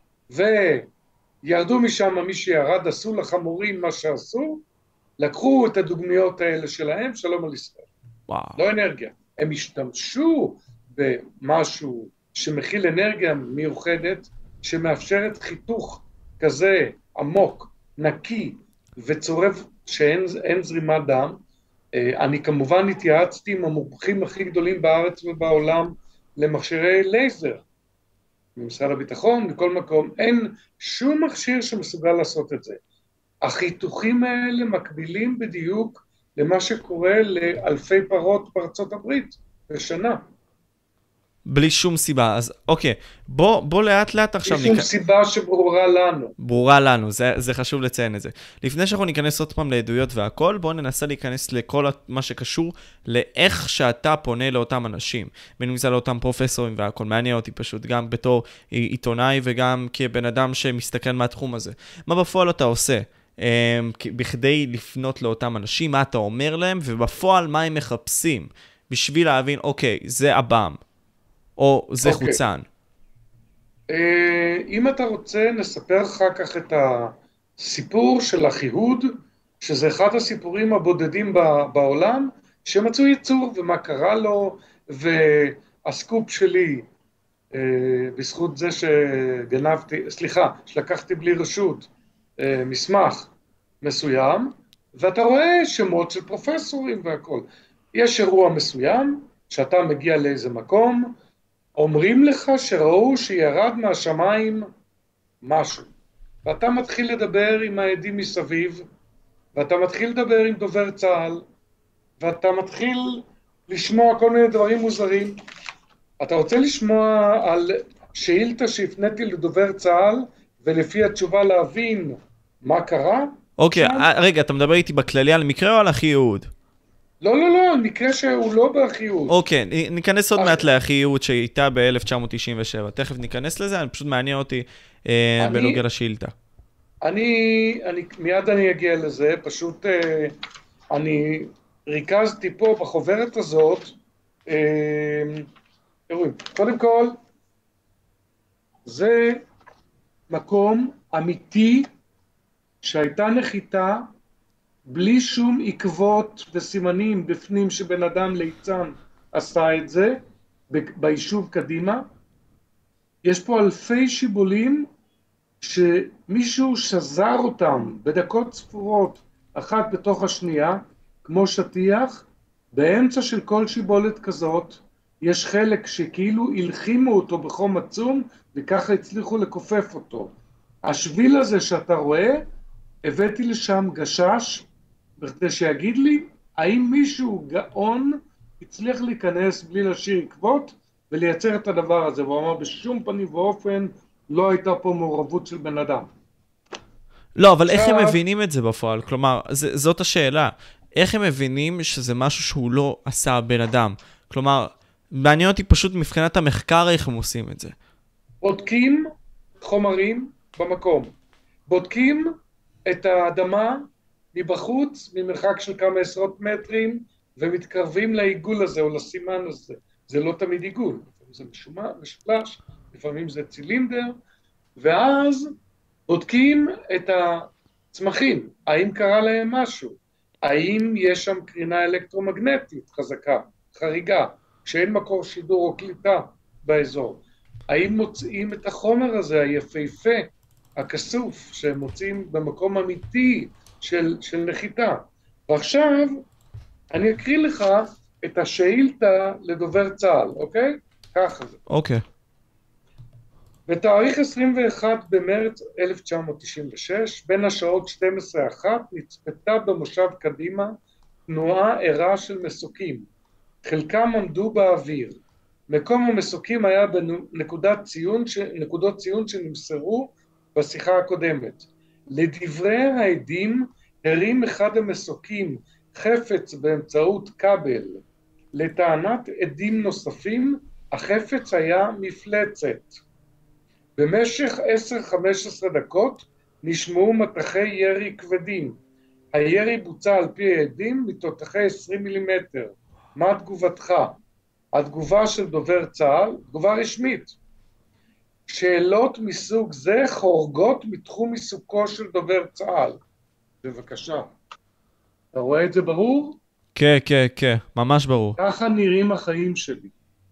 וירדו משם מי שירד, עשו לחמורים מה שעשו, לקחו את הדוגמיות האלה שלהם, שלום על ישראל. וואו. לא אנרגיה. הם השתמשו במשהו שמכיל אנרגיה מיוחדת, שמאפשרת חיתוך כזה עמוק, נקי וצורב שאין זרימת דם. אני כמובן התייעצתי עם המומחים הכי גדולים בארץ ובעולם למכשירי לייזר. ממשרד הביטחון, מכל מקום, אין שום מכשיר שמסוגל לעשות את זה. החיתוכים האלה מקבילים בדיוק למה שקורה לאלפי פרות בארצות הברית בשנה. בלי שום סיבה. אז אוקיי, בוא לאט לאט עכשיו... בלי שום סיבה שברורה לנו. ברורה לנו, זה חשוב לציין את זה. לפני שאנחנו ניכנס עוד פעם לעדויות והכל, בואו ננסה להיכנס לכל מה שקשור לאיך שאתה פונה לאותם אנשים. בין אם זה לאותם פרופסורים והכל. מעניין אותי פשוט, גם בתור עיתונאי וגם כבן אדם שמסתכל מהתחום הזה. מה בפועל אתה עושה? בכדי לפנות לאותם אנשים, מה אתה אומר להם, ובפועל מה הם מחפשים, בשביל להבין, אוקיי, זה הבאם, או זה חוצן. אם אתה רוצה, נספר אחר כך את הסיפור של אחיהוד, שזה אחד הסיפורים הבודדים בעולם, שמצאו יצור ומה קרה לו, והסקופ שלי, בזכות זה שלקחתי בלי רשות, מסמך מסוים, ואתה רואה שמות של פרופסורים והכל. יש אירוע מסוים, שאתה מגיע לאיזה מקום, אומרים לך שראו שירד מהשמיים משהו, ואתה מתחיל לדבר עם העדים מסביב, ואתה מתחיל לדבר עם דובר צה"ל, ואתה מתחיל לשמוע כל מיני דברים מוזרים. אתה רוצה לשמוע על שאילתה שהפניתי לדובר צה"ל, ולפי התשובה להבין מה קרה? אוקיי, רגע, אתה מדבר איתי בכללי על מקרה או על אחיהוד? לא, לא, לא, מקרה שהוא לא באחיות. אוקיי, ניכנס עוד מעט לאחיות שהייתה ב-1997. תכף ניכנס לזה, אני פשוט מעניין אותי בנוגע לשאילתה. מיד אני אגיע לזה, פשוט אני ריכזתי פה בחוברת הזאת, קודם כל, זה מקום אמיתי שהייתה נחיתה בלי שום עקבות וסימנים בפנים שבן אדם ליצן עשה את זה, ביישוב קדימה. יש פה אלפי שיבולים שמישהו שזר אותם בדקות ספורות, אחת בתוך השנייה, כמו שטיח. באמצע של כל שיבולת כזאת, יש חלק שכאילו הלחימו אותו בחום עצום, וככה הצליחו לכופף אותו. השביל הזה שאתה רואה, הבאתי לשם גשש, בכדי שיגיד לי, האם מישהו גאון הצליח להיכנס בלי להשאיר עקבות, ולייצר את הדבר הזה. והוא אמר, בשום פנים ואופן, לא הייתה פה מעורבות של בן אדם. לא, אבל איך הם מבינים את זה בפועל? כלומר, זאת השאלה. איך הם מבינים שזה משהו שהוא לא עשה בן אדם? כלומר, מעניין אותי פשוט מבחינת המחקר איך הם עושים את זה. בודקים חומרים במקום. בודקים את האדמה מבחוץ, ממרחק של כמה עשרות מטרים, ומתקרבים לעיגול הזה או לסימן הזה. זה לא תמיד עיגול, זה משולש, לפעמים זה צילינדר, ואז בודקים את הצמחים, האם קרה להם משהו, האם יש שם קרינה אלקטרומגנטית חזקה, חריגה, שאין מקור שידור או קליטה באזור, האם מוצאים את החומר הזה היפהפה, הכסוף, שהם מוצאים במקום אמיתי של נחיתה. ועכשיו אני אקריא לך את השאילתה לדובר צה"ל, אוקיי? ככה זה. אוקיי. בתאריך 21 במרץ 1996, בין השעות 12:01, נצפתה במושב קדימה תנועה ערה של מסוקים. חלקם עמדו באוויר. מקום המסוקים היה בנקודות ציון שנמסרו בשיחה הקודמת. לדברי העדים, הרים אחד המסוקים חפץ באמצעות כבל. לטענת עדים נוספים, החפץ היה מפלצת. במשך 10-15 דקות נשמעו מטחי ירי כבדים. הירי בוצע על פי העדים מתותחי 20 מילימטר. מה תגובתך? התגובה של דובר צה"ל, תגובה רשמית. שאלות מסוג זה חורגות מתחום עיסוקו של דובר צה"ל. בבקשה. אתה רואה את זה ברור? כן, כן, כן, ממש ברור. ככה נראים החיים שלי.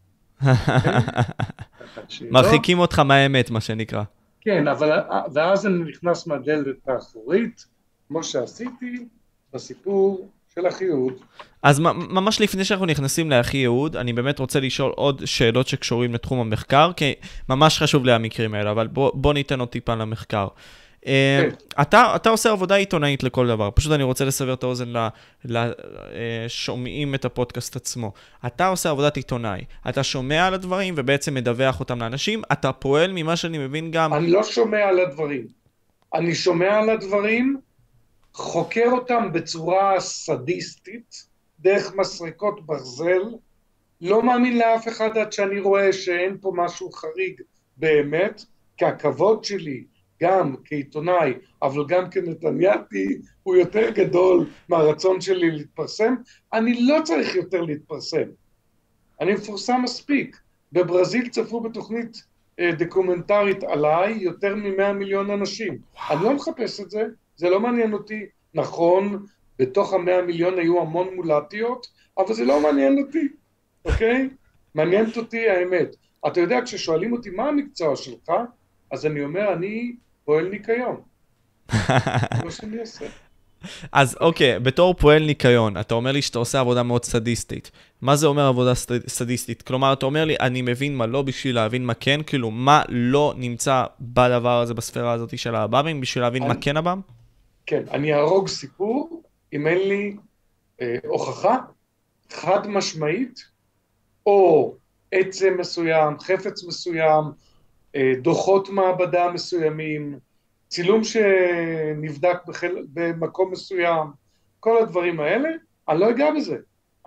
מרחיקים אותך מהאמת, מה שנקרא. כן, ואז אני נכנס מהדלת האחורית, כמו שעשיתי בסיפור של אחי יהוד. אז ממש לפני שאנחנו נכנסים לאחי יהוד, אני באמת רוצה לשאול עוד שאלות שקשורים לתחום המחקר, כי ממש חשוב לי המקרים האלה, אבל בוא ניתן עוד טיפה למחקר. אתה עושה עבודה עיתונאית לכל דבר, פשוט אני רוצה לסבר את האוזן לשומעים את הפודקאסט עצמו. אתה עושה עבודת עיתונאי, אתה שומע על הדברים ובעצם מדווח אותם לאנשים, אתה פועל ממה שאני מבין גם... אני לא שומע על הדברים, אני שומע על הדברים, חוקר אותם בצורה סדיסטית, דרך מסריקות ברזל, לא מאמין לאף אחד עד שאני רואה שאין פה משהו חריג באמת, כי הכבוד שלי גם כעיתונאי, אבל גם כנתנייתי, הוא יותר גדול מהרצון שלי להתפרסם. אני לא צריך יותר להתפרסם. אני מפורסם מספיק. בברזיל צפו בתוכנית דוקומנטרית עליי יותר מ100 מיליון אנשים. אני לא מחפש את זה, זה לא מעניין אותי. נכון, בתוך ה100 מיליון היו המון מולטיות, אבל זה לא מעניין אותי, אוקיי? מעניינת אותי האמת. אתה יודע, כששואלים אותי מה המקצוע שלך, אז אני אומר, אני פועל ניקיון. מה שאני עושה. אז אוקיי, בתור פועל ניקיון, אתה אומר לי שאתה עושה עבודה מאוד סדיסטית. מה זה אומר עבודה סדיסטית? כלומר, אתה אומר לי, אני מבין מה לא בשביל להבין מה כן, כאילו, מה לא נמצא בדבר הזה, בספירה הזאת של האב"מים, בשביל להבין מה כן אב"ם? כן, אני ארוג סיפור, אם אין לי הוכחה חד משמעית, או עצם מסוים, חפץ מסוים, דוחות מעבדה מסוימים, צילום שנבדק במקום מסוים, כל הדברים האלה, אני לא אגע בזה.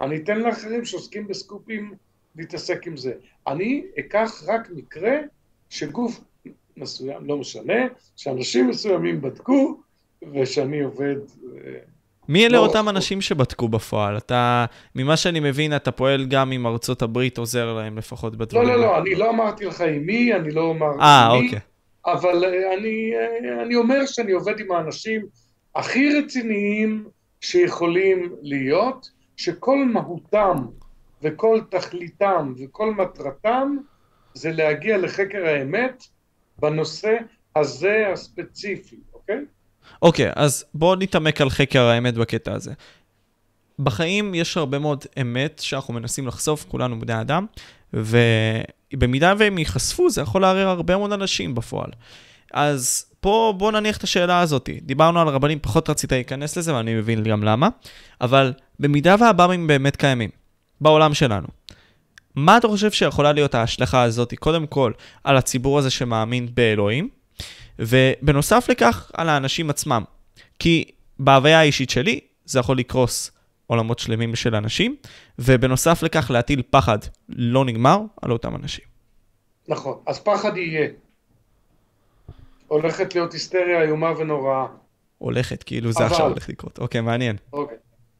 אני אתן לאחרים שעוסקים בסקופים להתעסק עם זה. אני אקח רק מקרה שגוף מסוים, לא משנה, שאנשים מסוימים בדקו, ושאני עובד... מי אלה אותם אנשים שבדקו בפועל? אתה, ממה שאני מבין, אתה פועל גם עם ארצות הברית, עוזר להם לפחות בדברים. לא, אני לא אמרתי לך עם מי, אני לא אמרתי עם מי, אוקיי. אבל אני אומר שאני עובד עם האנשים הכי רציניים שיכולים להיות, שכל מהותם וכל תכליתם וכל מטרתם זה להגיע לחקר האמת בנושא הזה הספציפי, אוקיי? אוקיי, אז בואו נתעמק על חקר האמת בקטע הזה. בחיים יש הרבה מאוד אמת שאנחנו מנסים לחשוף, כולנו בני אדם, ובמידה והם ייחשפו, זה יכול לערער הרבה מאוד אנשים בפועל. אז פה בואו נניח את השאלה הזאת. דיברנו על רבנים, פחות רצית להיכנס לזה, ואני מבין גם למה, אבל במידה והבאמים באמת קיימים, בעולם שלנו, מה אתה חושב שיכולה להיות ההשלכה הזאת, קודם כל, על הציבור הזה שמאמין באלוהים, ובנוסף לכך, על האנשים עצמם? כי בהוויה האישית שלי, זה יכול לקרוס עולמות שלמים של אנשים, ובנוסף לכך להטיל פחד לא נגמר על אותם אנשים. נכון, אז פחד יהיה. הולכת להיות היסטריה איומה ונוראה. הולכת, כאילו זה עכשיו הולך לקרות. אוקיי, מעניין. אוקיי.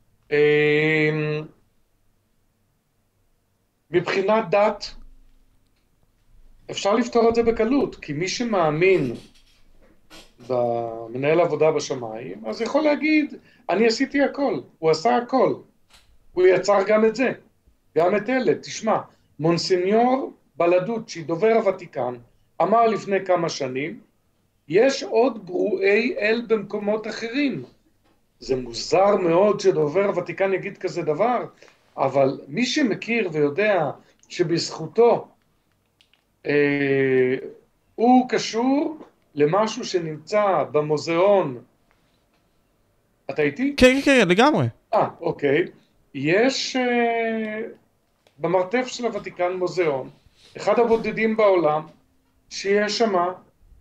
מבחינת דת, אפשר לפתור את זה בקלות, כי מי שמאמין במנהל עבודה בשמיים, אז יכול להגיד, אני עשיתי הכל, הוא עשה הכל, הוא יצר גם את זה, גם את אלה. תשמע, מונסיניור בלדוצ'י, דובר הוותיקן, אמר לפני כמה שנים, יש עוד ברואי אל במקומות אחרים. זה מוזר מאוד שדובר הוותיקן יגיד כזה דבר, אבל מי שמכיר ויודע שבזכותו הוא קשור למשהו שנמצא במוזיאון. אתה איתי? כן, לגמרי. אוקיי. יש במרתף של הוותיקן מוזיאון, אחד הבודדים בעולם, שיש שמה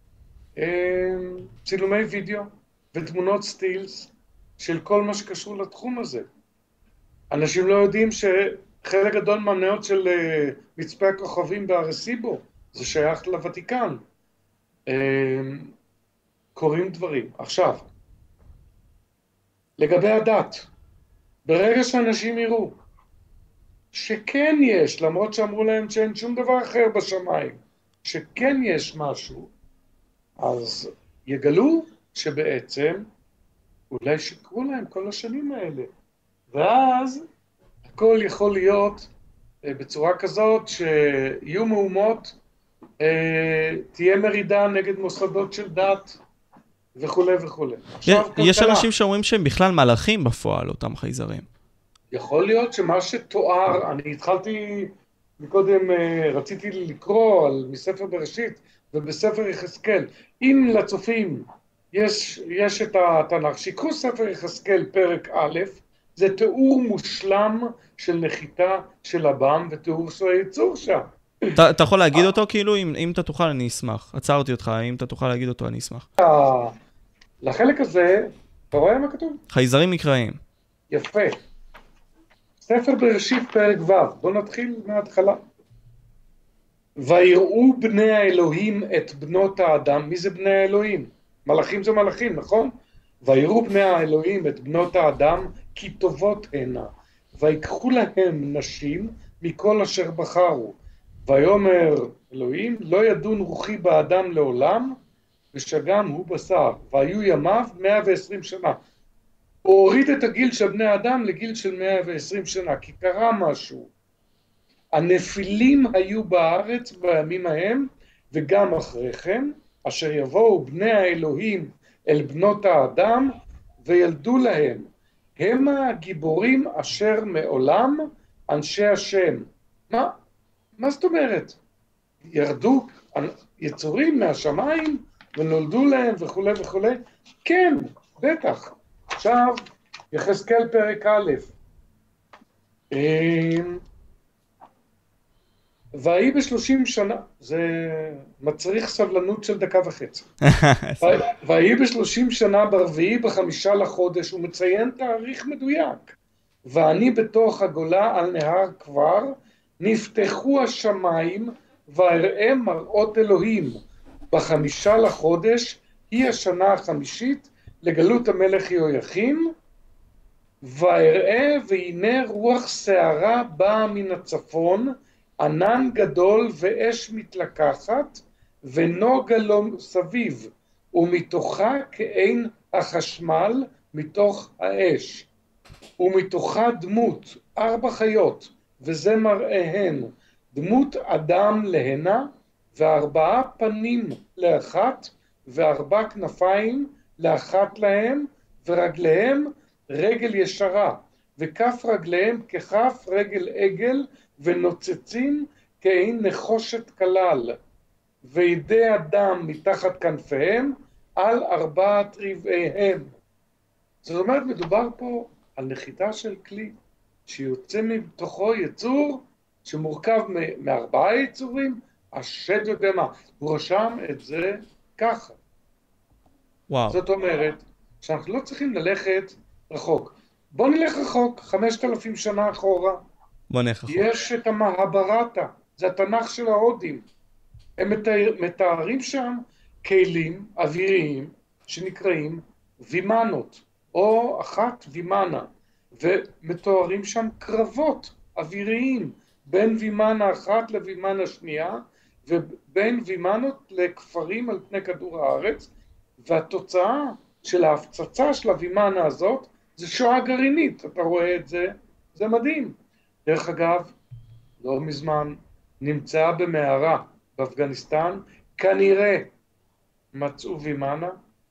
צילומי וידאו ותמונות סטילס של כל מה שקשור לתחום הזה. אנשים לא יודעים שחלק גדול מהמניות של מצפה הכוכבים בארסיבו, זה שייך לוותיקן. קוראים דברים. עכשיו, לגבי הדת, ברגע שאנשים יראו שכן יש, למרות שאמרו להם שאין שום דבר אחר בשמיים, שכן יש משהו, אז יגלו שבעצם אולי שקרו להם כל השנים האלה. ואז הכל יכול להיות בצורה כזאת שיהיו מהומות, תהיה מרידה נגד מוסדות של דת וכו' וכו'. יש אנשים שאומרים שהם בכלל מלאכים בפועל, אותם חייזרים. יכול להיות שמה שתואר, אני התחלתי מקודם, רציתי לקרוא מספר בראשית ובספר יחזקאל. אם לצופים יש את התנ"ך, שיקחו ספר יחזקאל פרק א', זה תיאור מושלם של נחיתה של הבם ותיאור של היצור שם. אתה יכול להגיד אותו כאילו? אם אתה תוכל אני אשמח. עצרתי אותך, אם אתה תוכל להגיד אותו אני אשמח. לחלק הזה, אתה רואה מה כתוב? חייזרים מקראיים. יפה. ספר בראשית פרק ו', בוא נתחיל מההתחלה. ויראו בני האלוהים את בנות האדם. מי זה בני האלוהים? מלאכים זה מלאכים, נכון? ויראו בני האלוהים את בנות האדם כי טובות הנה, ויקחו להם נשים מכל אשר בחרו. ויאמר אלוהים, לא ידון רוחי באדם לעולם, ושגם הוא בשר. והיו ימיו 120 שנה. הוא הוריד את הגיל של בני האדם לגיל של 120 שנה, כי קרה משהו. הנפילים היו בארץ בימים ההם, וגם אחרי כן, אשר יבואו בני האלוהים אל בנות האדם, וילדו להם. הם הגיבורים אשר מעולם אנשי השם. מה זאת אומרת? ירדו יצורים מהשמיים ונולדו להם וכו' וכו'. כן, בטח. עכשיו, יחזקאל פרק א', והיא ב-30 שנה, זה מצריך סבלנות של דקה וחצי. והיא ב-30 שנה ברביעי ב5 לחודש, הוא מציין תאריך מדויק. ואני בתוך הגולה על נהר כבר, נפתחו השמיים ואראה מראות אלוהים. ב5 לחודש היא השנה החמישית לגלות המלך יהויכין, ואראה והנה רוח שערה באה מן הצפון, ענן גדול ואש מתלקחת, ונוגה לו סביב, ומתוכה כעין החשמל מתוך האש. ומתוכה דמות, 4 חיות, וזה מראיהן, דמות אדם להנה, ו4 פנים לאחת, ו4 כנפיים לאחת להם, ורגליהם רגל ישרה, וכף רגליהם ככף רגל עגל, ונוצצים כעין נחושת כלל, וידי אדם מתחת כנפיהם, על 4 רבעיהם. זאת אומרת, מדובר פה על נחיתה של כלי, שיוצא מתוכו יצור, שמורכב מ4 יצורים, השד יודע מה. הוא רשם את זה ככה. וואו. זאת אומרת, שאנחנו לא צריכים ללכת רחוק. בוא נלך רחוק, 5,000 שנה אחורה. בוא נלך רחוק. יש את המהברטה, זה התנ"ך של ההודים. הם מתארים שם כלים אוויריים שנקראים וימנות, או אחת וימנה, ומתוארים שם קרבות אוויריים, בין וימנה אחת לוימנה שנייה, ובין וימנות לכפרים על פני כדור הארץ, והתוצאה של ההפצצה של הוימנה הזאת, זה שואה גרעינית, אתה רואה את זה, זה מדהים. דרך אגב, לא מזמן, נמצאה במערה באפגניסטן, כנראה מצאו וימנה,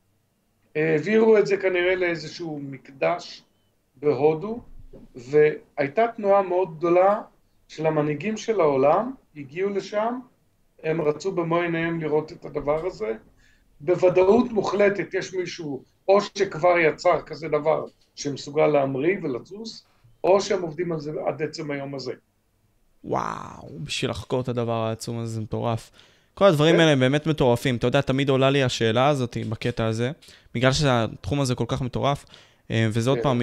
העבירו את זה כנראה לאיזשהו מקדש בהודו, והייתה תנועה מאוד גדולה של המנהיגים של העולם, הגיעו לשם, הם רצו במו עיניהם לראות את הדבר הזה, בוודאות מוחלטת יש מישהו, או שכבר יצר כזה דבר שמסוגל להמריא ולצוס, או שהם עובדים על זה עד עצם היום הזה. וואו, בשביל לחקור את הדבר העצום הזה, זה מטורף. כל הדברים האלה הם באמת מטורפים. אתה יודע, תמיד עולה לי השאלה הזאת בקטע הזה, בגלל שהתחום הזה כל כך מטורף, וזה עוד פעם,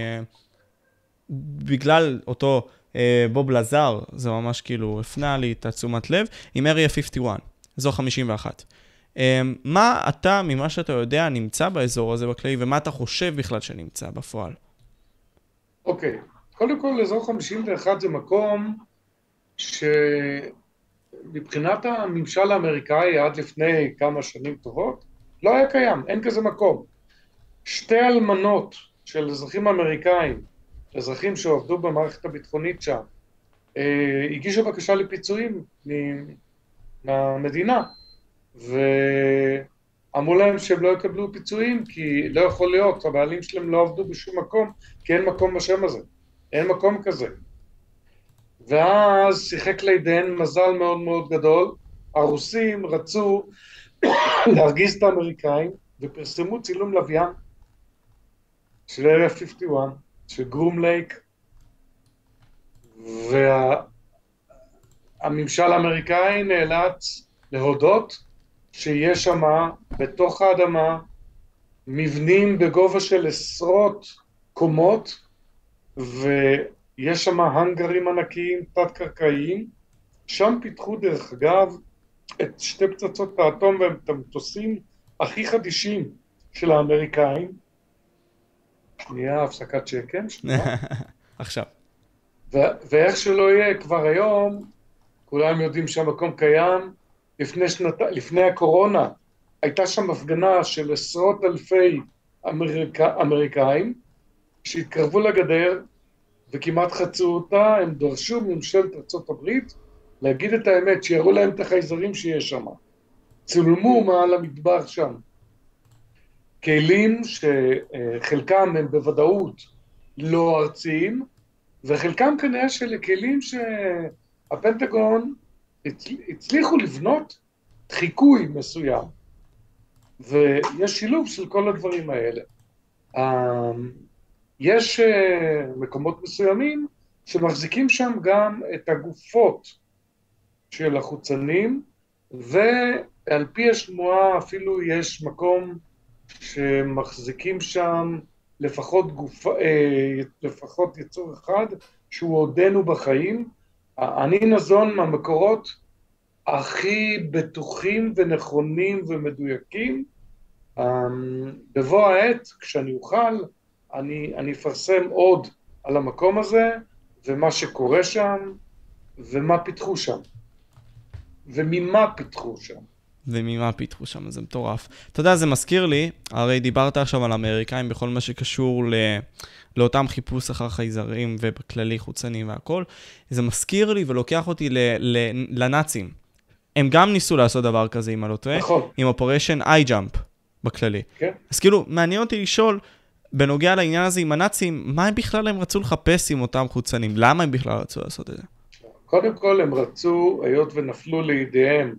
בגלל אותו בוב לזר, זה ממש כאילו הפנה לי את תשומת לב, עם אריה 51, אזור 51. מה אתה, ממה שאתה יודע, נמצא באזור הזה בכלי, ומה אתה חושב בכלל שנמצא בפועל? אוקיי, קודם כל, אזור 51 זה מקום שמבחינת הממשל האמריקאי עד לפני כמה שנים טובות, לא היה קיים, אין כזה מקום. 2 אלמנות של אזרחים אמריקאים, אזרחים שעובדו במערכת הביטחונית שם, הגישו בקשה לפיצויים מהמדינה, ואמרו להם שהם לא יקבלו פיצויים, כי לא יכול להיות, הבעלים שלהם לא עבדו בשום מקום, כי אין מקום בשם הזה, אין מקום כזה. ואז שיחק לידיהן מזל מאוד מאוד גדול, הרוסים רצו להרגיז את האמריקאים, ופרסמו צילום לוויין של אריה 51, של גרום לייק, והממשל האמריקאי נאלץ להודות שיש שם בתוך האדמה מבנים בגובה של עשרות קומות, ויש שם הנגרים ענקיים תת-קרקעיים, שם פיתחו דרך אגב את 2 פצצות האטום והם את המטוסים הכי חדישים של האמריקאים. שנייה, הפסקת שקם, שנייה. עכשיו. ואיך שלא יהיה, כבר היום, כולם יודעים שהמקום קיים, לפני הקורונה, הייתה שם הפגנה של עשרות אלפי אמריקאים, שהתקרבו לגדר, וכמעט חצו אותה, הם דרשו ממשלת ארצות הברית, להגיד את האמת, שיראו להם את החייזרים שיש שם. צולמו מעל המדבר שם. כלים שחלקם הם בוודאות לא ארציים, וחלקם כנראה של כלים שהפנטגון הצליחו לבנות חיקוי מסוים. ויש שילוב של כל הדברים האלה. יש מקומות מסוימים שמחזיקים שם גם את הגופות של החוצנים, ועל פי השמועה אפילו יש מקום שמחזיקים שם לפחות יצור אחד שהוא עודנו בחיים. אני ניזון מהמקורות הכי בטוחים ונכונים ומדויקים. בבוא העת, כשאני אוכל, אני אפרסם עוד על המקום הזה, ומה שקורה שם, ומה פיתחו שם. וממה פיתחו שם. וממה פיתחו שם, זה מטורף. אתה יודע, זה מזכיר לי, הרי דיברת עכשיו על האמריקאים בכל מה שקשור לאותם חיפוש אחר חייזרים ובכללי חוצנים והכל. זה מזכיר לי ולוקח אותי לנאצים. הם גם ניסו לעשות דבר כזה, אם אני לא טועה, נכון. עם אופריישן iJump בכללי. כן. אז כאילו, מעניין אותי לשאול, בנוגע לעניין הזה עם הנאצים, מה הם בכלל הם רצו לחפש עם אותם חוצנים? למה הם בכלל רצו לעשות את זה? קודם כל הם רצו, היות ונפלו לידיהם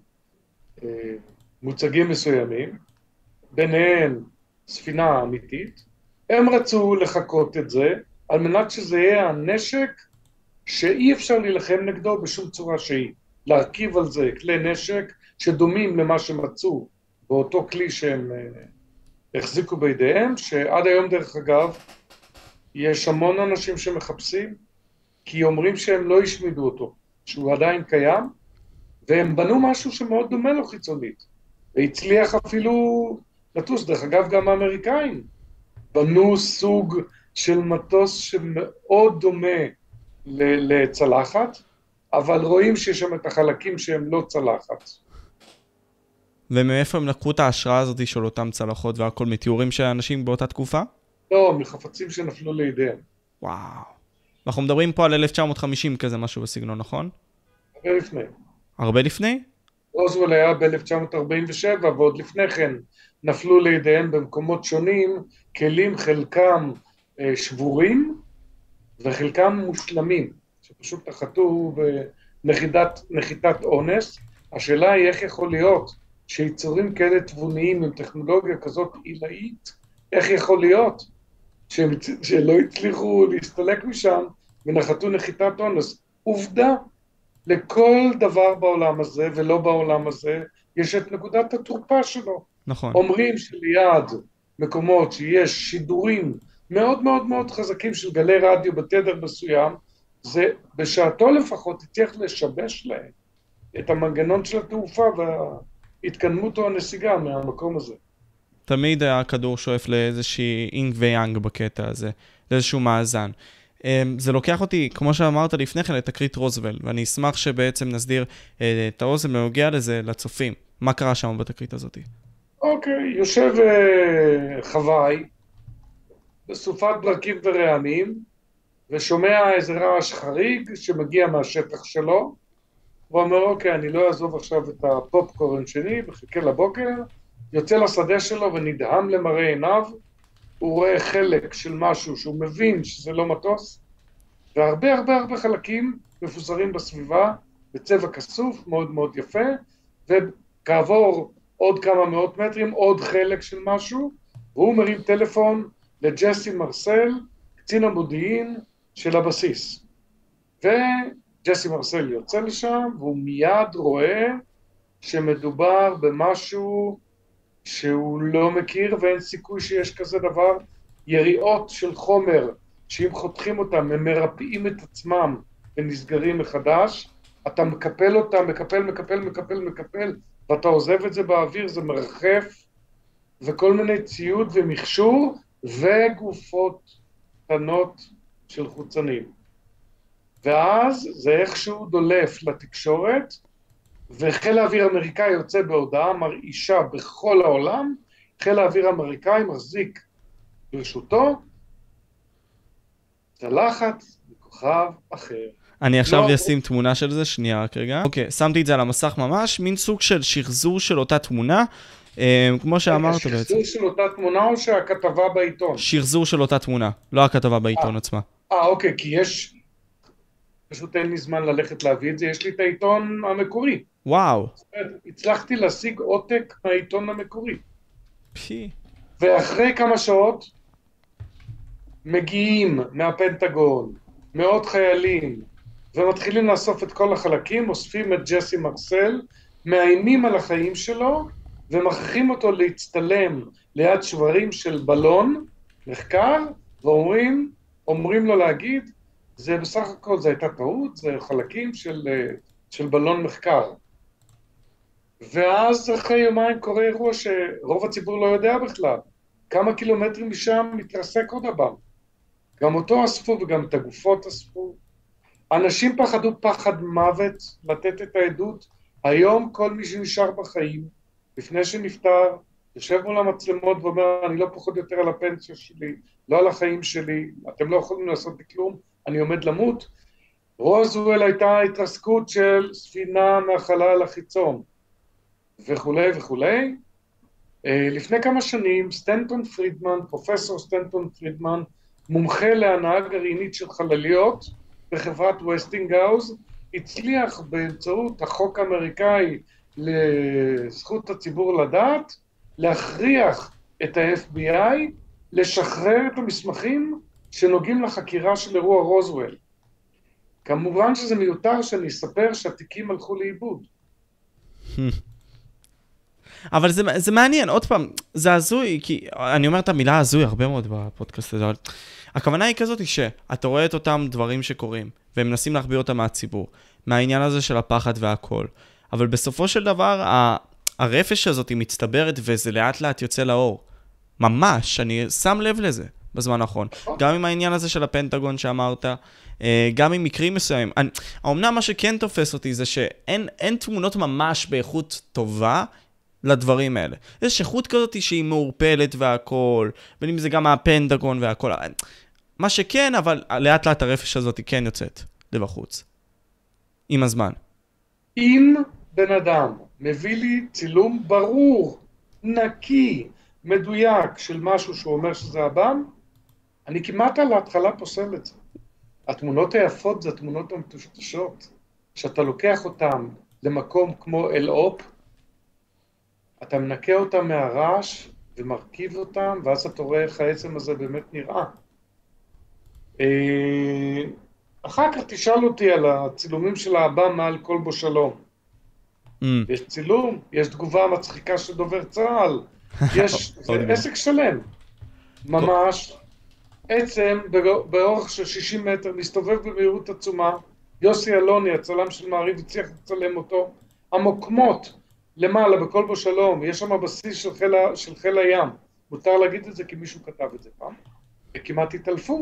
מוצגים מסוימים, ביניהם ספינה אמיתית, הם רצו לחכות את זה, על מנת שזה יהיה הנשק שאי אפשר להילחם נגדו בשום צורה שהיא. להרכיב על זה כלי נשק שדומים למה שמצאו באותו כלי שהם החזיקו בידיהם, שעד היום דרך אגב, יש המון אנשים שמחפשים, כי אומרים שהם לא השמידו אותו, שהוא עדיין קיים, והם בנו משהו שמאוד דומה לו חיצונית, והצליח אפילו לטוס. דרך אגב, גם האמריקאים בנו סוג של מטוס שמאוד דומה לצלחת, אבל רואים שיש שם את החלקים שהם לא צלחת. ומאיפה הם לקחו את ההשראה הזאת של אותם צלחות והכל מתיאורים של האנשים באותה תקופה? לא, מחפצים שנפלו לידיהם. וואו. אנחנו מדברים פה על 1950 כזה משהו בסגנון, נכון? הרבה לפני. הרבה לפני? רוזוול היה ב-1947, ועוד לפני כן נפלו לידיהם במקומות שונים, כלים חלקם שבורים, וחלקם מושלמים, שפשוט נחתו בנחיתת אונס. השאלה היא איך יכול להיות שיצורים כאלה תבוניים עם טכנולוגיה כזאת עילאית, איך יכול להיות שלא הצליחו להסתלק משם ונחתו נחיתת אונס? עובדה, לכל דבר בעולם הזה ולא בעולם הזה, יש את נקודת התורפה שלו. נכון. אומרים שליד מקומות שיש שידורים מאוד מאוד מאוד חזקים של גלי רדיו בתדר מסוים, זה בשעתו לפחות הצליח לשבש להם את המנגנון של התעופה וההתקדמות או הנסיגה מהמקום הזה. תמיד הכדור שואף לאיזושהי אינג ויאנג בקטע הזה, לאיזשהו מאזן. זה לוקח אותי, כמו שאמרת לפני כן, לתקרית רוזוול, ואני אשמח שבעצם נסדיר את האוזן בנוגע לזה לצופים. מה קרה שם בתקרית הזאת? אוקיי, יושב חוואי, בסופת ברקים ורעמים, ושומע איזה רעש חריג שמגיע מהשטח שלו, הוא אומר, אוקיי, אני לא אעזוב עכשיו את הפופקורן שלי, מחכה לבוקר, יוצא לשדה שלו ונדהם למראה עיניו, הוא רואה חלק של משהו שהוא מבין שזה לא מטוס, והרבה הרבה הרבה חלקים מפוזרים בסביבה, בצבע כסוף, מאוד מאוד יפה, וכעבור עוד כמה מאות מטרים, עוד חלק של משהו, והוא מרים טלפון לג'סי מרסל, קצין המודיעין של הבסיס. וג'סי מרסל יוצא לשם, והוא מיד רואה שמדובר במשהו שהוא לא מכיר, ואין סיכוי שיש כזה דבר. יריעות של חומר, שאם חותכים אותם, הם מרפאים את עצמם ונסגרים מחדש, אתה מקפל אותם, מקפל, ואתה עוזב את זה באוויר, זה מרחף, וכל מיני ציוד ומכשור, וגופות קטנות של חוצנים. ואז זה איכשהו דולף לתקשורת, וחיל האוויר האמריקאי יוצא בהודעה מרעישה בכל העולם, חיל האוויר האמריקאי מחזיק ברשותו צלחת מכוכב אחר. אני עכשיו אשים תמונה של זה, שנייה רק רגע. אוקיי, שמתי את זה על המסך ממש, מין סוג של שחזור של אותה תמונה, כמו שאמרת בעצם. שחזור של אותה תמונה או שהכתבה בעיתון? שחזור של אותה תמונה, לא הכתבה בעיתון עצמה. אוקיי, כי יש, פשוט אין לי זמן ללכת להביא את זה, יש לי את העיתון המקורי. וואו. הצלחתי להשיג עותק מהעיתון המקורי. פי. ואחרי כמה שעות מגיעים מהפנטגון, מאות חיילים, ומתחילים לאסוף את כל החלקים, אוספים את ג'סי מרסל, מאיימים על החיים שלו, ומכריחים אותו להצטלם ליד שברים של בלון, מחקר, אומרים לו להגיד, זה בסך הכל, זה הייתה טעות, זה חלקים של בלון מחקר. ואז אחרי יומיים קורה אירוע שרוב הציבור לא יודע בכלל. כמה קילומטרים משם מתרסק עוד הבא. גם אותו אספו וגם את הגופות אספו. אנשים פחדו פחד מוות לתת את העדות. היום כל מי שנשאר בחיים, לפני שנפטר, יושב מול המצלמות ואומר, אני לא פוחד יותר על הפנסיה שלי, לא על החיים שלי, אתם לא יכולים לעשות בכלום, אני עומד למות. רוזוול הייתה התרסקות של ספינה מהחלל החיצון, וכולי וכולי. לפני כמה שנים, סטנטון פרידמן, פרופסור סטנטון פרידמן, מומחה להנאה גרעינית של חלליות בחברת ווסטינגהאוז, הצליח באמצעות החוק האמריקאי לזכות הציבור לדעת, להכריח את ה-FBI לשחרר את המסמכים שנוגעים לחקירה של אירוע רוזוול. כמובן שזה מיותר שאני אספר שהתיקים הלכו לאיבוד. אבל זה מעניין, עוד פעם, זה הזוי, כי אני אומר את המילה הזוי הרבה מאוד בפודקאסט הזה, אבל הכוונה היא כזאת שאתה רואה את אותם דברים שקורים, והם מנסים להחביא אותם מהציבור, מהעניין הזה של הפחד והכל, אבל בסופו של דבר, הרפש הזאת היא מצטברת, וזה לאט לאט יוצא לאור. ממש, אני שם לב לזה בזמן האחרון. גם עם העניין הזה של הפנטגון שאמרת, גם עם מקרים מסוימים. האמנם מה שכן תופס אותי זה שאין תמונות ממש באיכות טובה, לדברים האלה. יש איכות כזאת שהיא מעורפלת והכל, בין אם זה גם הפנטגון והכל. מה שכן, אבל לאט לאט הרפש הזאת כן יוצאת לבחוץ. עם הזמן. אם בן אדם מביא לי צילום ברור, נקי, מדויק של משהו שהוא אומר שזה הבם, אני כמעט על ההתחלה פוסל את זה. התמונות היפות זה התמונות המטושטשות. שאתה לוקח אותן למקום כמו אל-אופ, אתה מנקה אותם מהרעש ומרכיב אותם, ואז אתה רואה איך העצם הזה באמת נראה. אחר כך תשאל אותי על הצילומים של האב"ם מעל כל בו שלום. יש צילום, יש תגובה מצחיקה של דובר צה"ל, זה עסק שלם. ממש, עצם באורך של 60 מטר, מסתובב במהירות עצומה, יוסי אלוני, הצלם של מעריב, הצליח לצלם אותו, המוקמות, למעלה, בכל בו שלום, יש שם בסיס של חיל הים. מותר להגיד את זה כי מישהו כתב את זה פעם. וכמעט התעלפו.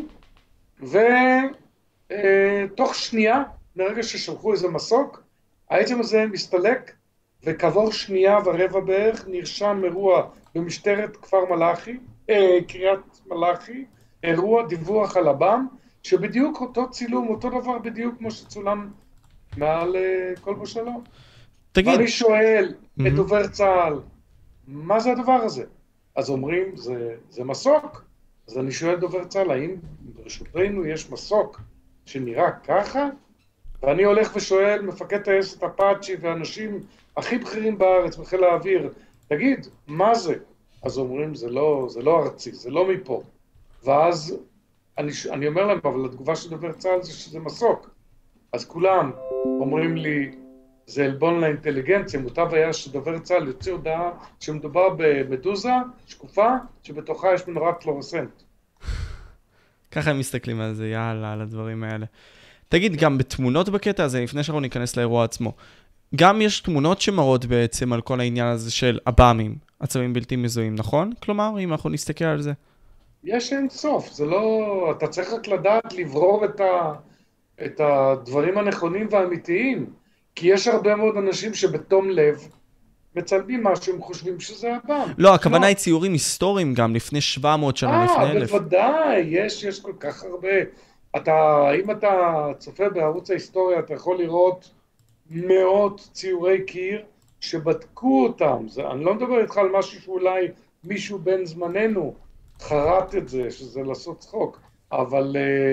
ותוך שנייה, מרגע ששלחו איזה מסוק, העצם הזה מסתלק, וכעבור שנייה ורבע בערך נרשם אירוע במשטרת כפר מלאכי, קריית מלאכי, אירוע דיווח על הבם, שבדיוק אותו צילום, אותו דבר בדיוק כמו שצולם מעל כל בו שלום. ואני שואל את דובר צה"ל, מה זה הדבר הזה? אז אומרים, זה מסוק. אז אני שואל דובר צה"ל, האם ברשותנו יש מסוק שנראה ככה? ואני הולך ושואל, מפקד טייסת אפאצ'י ואנשים הכי בכירים בארץ בחיל האוויר, תגיד, מה זה? אז אומרים, זה לא ארצי, זה לא מפה. ואז אני אומר להם, אבל התגובה של דובר צה"ל זה שזה מסוק. אז כולם אומרים לי, זה אלבון לאינטליגנציה, מוטב היה שדובר צה"ל יוצא הודעה שמדובר במדוזה שקופה, שבתוכה יש מנורת פלורסנט. ככה הם מסתכלים על זה, יאללה, על הדברים האלה. תגיד, גם בתמונות בקטע הזה, לפני שאנחנו ניכנס לאירוע עצמו, גם יש תמונות שמראות בעצם על כל העניין הזה של הבאמים, עצמים בלתי מזוהים, נכון? כלומר, אם אנחנו נסתכל על זה. יש אין סוף, זה לא... אתה צריך רק לדעת לברור את הדברים הנכונים והאמיתיים. כי יש הרבה מאוד אנשים שבתום לב מצלמים משהו, הם חושבים שזה הבם. לא, הכוונה היא ציורים היסטוריים גם, לפני 700 שנה, לפני 1000. בוודאי, יש כל כך הרבה. אם אתה צופה בערוץ ההיסטוריה, אתה יכול לראות מאות ציורי קיר שבדקו אותם. אני לא מדבר איתך על משהו שאולי מישהו בן זמננו חרט את זה, שזה לעשות צחוק. אבל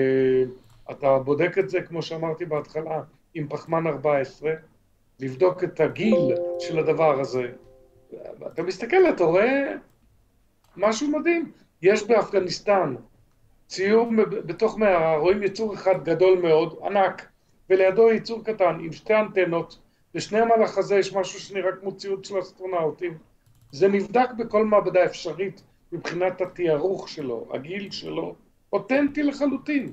אתה בודק את זה, כמו שאמרתי בהתחלה, עם פחמן 14, לבדוק את הגיל של הדבר הזה. אתה מסתכל, אתה רואה משהו מדהים. יש באפגניסטן ציור בתוך מערה, רואים יצור אחד גדול מאוד, ענק, ולידו יצור קטן עם שתי אנטנות, ושניהם על החזה יש משהו שנראה כמו ציוד של אסטרונאוטים. זה נבדק בכל מעבדה אפשרית, מבחינת התיארוך שלו, הגיל שלו, אותנטי לחלוטין.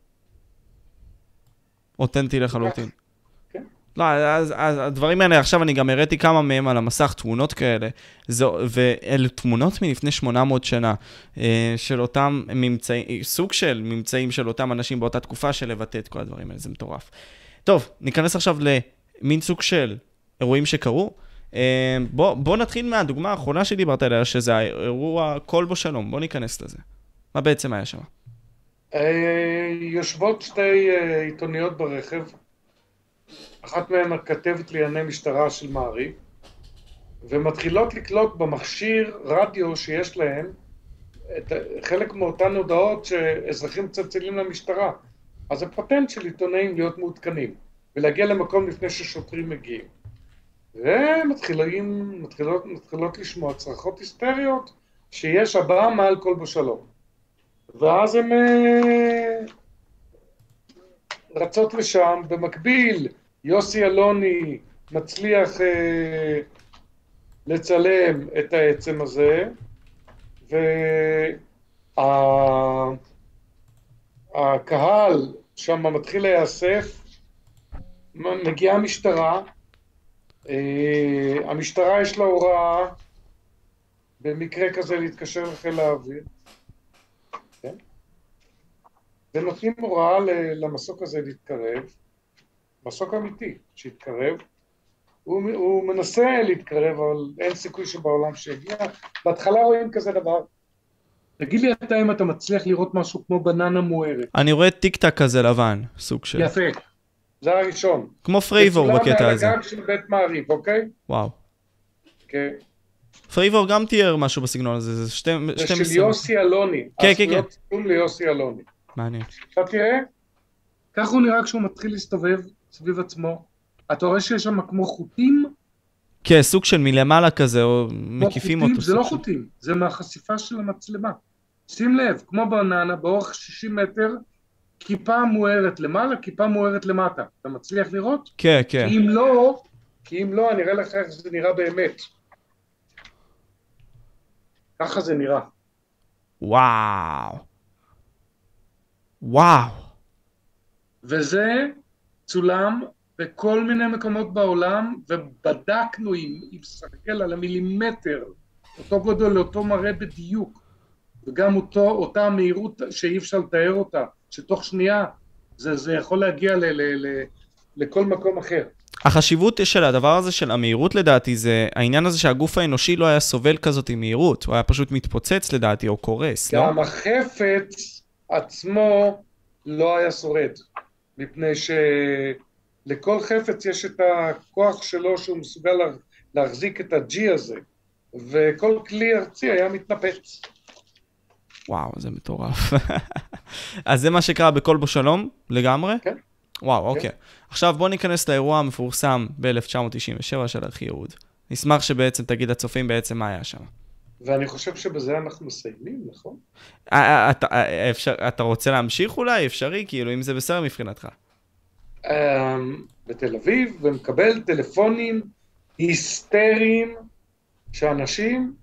אותנטי לחלוטין. כן. לא, אז הדברים האלה, עכשיו אני גם הראיתי כמה מהם על המסך, תמונות כאלה, ואלה תמונות מלפני 800 שנה, של אותם ממצאים, סוג של ממצאים של אותם אנשים באותה תקופה של לבטא את כל הדברים האלה, זה מטורף. טוב, ניכנס עכשיו למין סוג של אירועים שקרו. בוא נתחיל מהדוגמה האחרונה שדיברת עליה, שזה האירוע כל בו שלום, בוא ניכנס לזה. מה בעצם היה שם? יושבות שתי עיתוניות ברכב, אחת מהן כתבת לענייני משטרה של מעריב, ומתחילות לקלוט במכשיר רדיו שיש להן, חלק מאותן הודעות שאזרחים מצלצלים למשטרה. אז זה פטנט של עיתונאים להיות מעודכנים, ולהגיע למקום לפני ששוטרים מגיעים. ומתחילות לשמוע צרחות היסטריות, שיש הבאה מעל כל בשלום. ואז הן רצות לשם, במקביל יוסי אלוני מצליח לצלם את העצם הזה, והקהל שם מתחיל להיאסף, מגיעה המשטרה, המשטרה יש לה הוראה במקרה כזה להתקשר לחיל האוויר, כן? ונותנים הוראה למסוק הזה להתקרב, מסוק אמיתי שיתקרב, הוא מנסה להתקרב, אבל אין סיכוי שבעולם שיגיע. בהתחלה רואים כזה דבר. תגיד לי אתה אם אתה מצליח לראות משהו כמו בננה מוארת. אני רואה טיק-טק כזה לבן, סוג של. יפה, זה הראשון. כמו פרייבור בקטע הזה. זה צולם מהגג של בית מעריב, אוקיי? וואו. כן. פרייבור גם תיאר משהו בסגנון הזה, זה שתי זה של יוסי אלוני. כן, כן, כן. צילום ליוסי אלוני. מעניין. עכשיו תראה, ככה הוא נראה כשהוא מתחיל להסתובב סביב עצמו. אתה רואה שיש שם כמו חוטים? כן, סוג של מלמעלה כזה, או מקיפים אותו. זה לא חוטים, זה מהחשיפה של המצלמה. שים לב, כמו בננה, באורך 60 מטר, כיפה מוארת למעלה, כיפה מוארת למטה. אתה מצליח לראות? כן, כן. כי אם לא, אני אראה לך איך זה נראה באמת. ככה זה נראה. וואו. וואו. וזה צולם בכל מיני מקומות בעולם, ובדקנו עם סרגל על המילימטר, אותו גודל, אותו מראה בדיוק, וגם אותה מהירות שאי אפשר לתאר אותה, שתוך שנייה זה יכול להגיע לכל מקום אחר. החשיבות של הדבר הזה של המהירות לדעתי, זה העניין הזה שהגוף האנושי לא היה סובל כזאת עם מהירות, הוא היה פשוט מתפוצץ לדעתי או קורס, לא? גם החפץ עצמו לא היה שורד, מפני שלכל חפץ יש את הכוח שלו שהוא מסוגל להחזיק את ה-G הזה, וכל כלי ארצי היה מתנפץ. וואו, זה מטורף. אז זה מה שקרה בכל בו שלום לגמרי? כן. וואו, אוקיי. עכשיו בוא ניכנס לאירוע המפורסם ב-1997 של ארכי יהוד. נשמח שבעצם תגיד לצופים בעצם מה היה שם. ואני חושב שבזה אנחנו מסיימים, נכון? אתה רוצה להמשיך אולי? אפשרי? כאילו, אם זה בסדר מבחינתך. בתל אביב, ומקבל טלפונים היסטריים שאנשים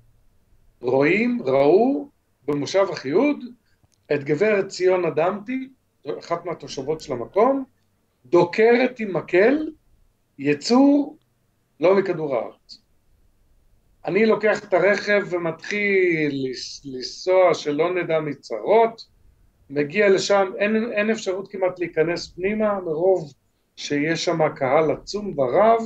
ראו במושב אחיהוד את גברת ציון אדמתי, אחת מהתושבות של המקום, דוקרת עם מקל יצור לא מכדור הארץ. אני לוקח את הרכב ומתחיל לנסוע שלא נדע מצרות, מגיע לשם, אין אפשרות כמעט להיכנס פנימה, מרוב שיש שם קהל עצום ורב,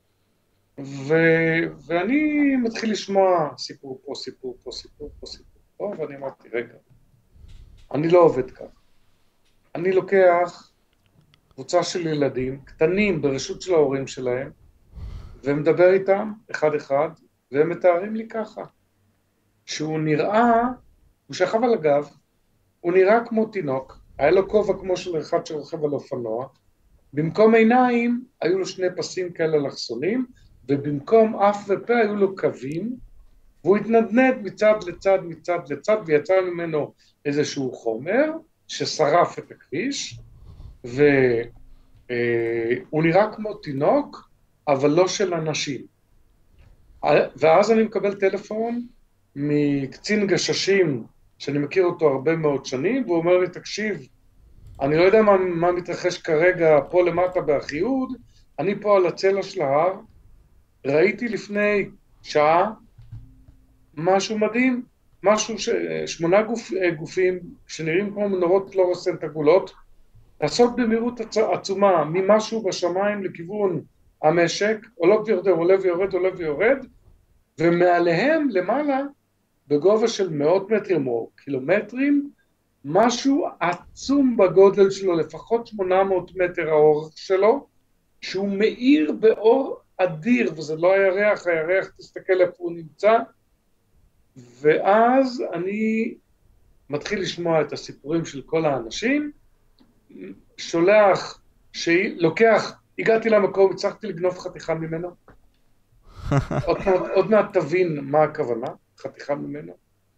ואני מתחיל לשמוע סיפור פה, סיפור פה, סיפור פה, סיפור פה, ואני אמרתי, רגע, אני לא עובד כך. אני לוקח קבוצה של ילדים, קטנים ברשות של ההורים שלהם, ומדבר איתם אחד אחד, והם מתארים לי ככה, שהוא נראה, הוא שכב על הגב, הוא נראה כמו תינוק, היה לו כובע כמו של אחד שרוכב על אופנוע, במקום עיניים היו לו שני פסים כאלה לחסונים, ובמקום אף ופה היו לו קווים, והוא התנדנד מצד לצד, מצד לצד, ויצא ממנו איזשהו חומר ששרף את הכביש, והוא נראה כמו תינוק, אבל לא של אנשים. ואז אני מקבל טלפון מקצין גששים, שאני מכיר אותו הרבה מאוד שנים, והוא אומר לי, תקשיב, אני לא יודע מה מתרחש כרגע פה למטה באחיהוד, אני פה על הצלע של ההר, ראיתי לפני שעה משהו מדהים, משהו שמונה גופים שנראים כמו מנורות פלורסנט עגולות, לעשות במהירות עצומה ממשהו בשמיים לכיוון המשק, עולה ויורד, עולה ויורד, עולה ויורד, ומעליהם למעלה, בגובה של מאות מטרים או קילומטרים, משהו עצום בגודל שלו, לפחות 800 מטר האורך שלו, שהוא מאיר באור אדיר, וזה לא הירח, הירח תסתכל איפה הוא נמצא, ואז אני מתחיל לשמוע את הסיפורים של כל האנשים, שולח, לוקח, הגעתי למקום, הצלחתי לגנוב חתיכה ממנו, עוד מעט תבין מה הכוונה, חתיכה ממנו,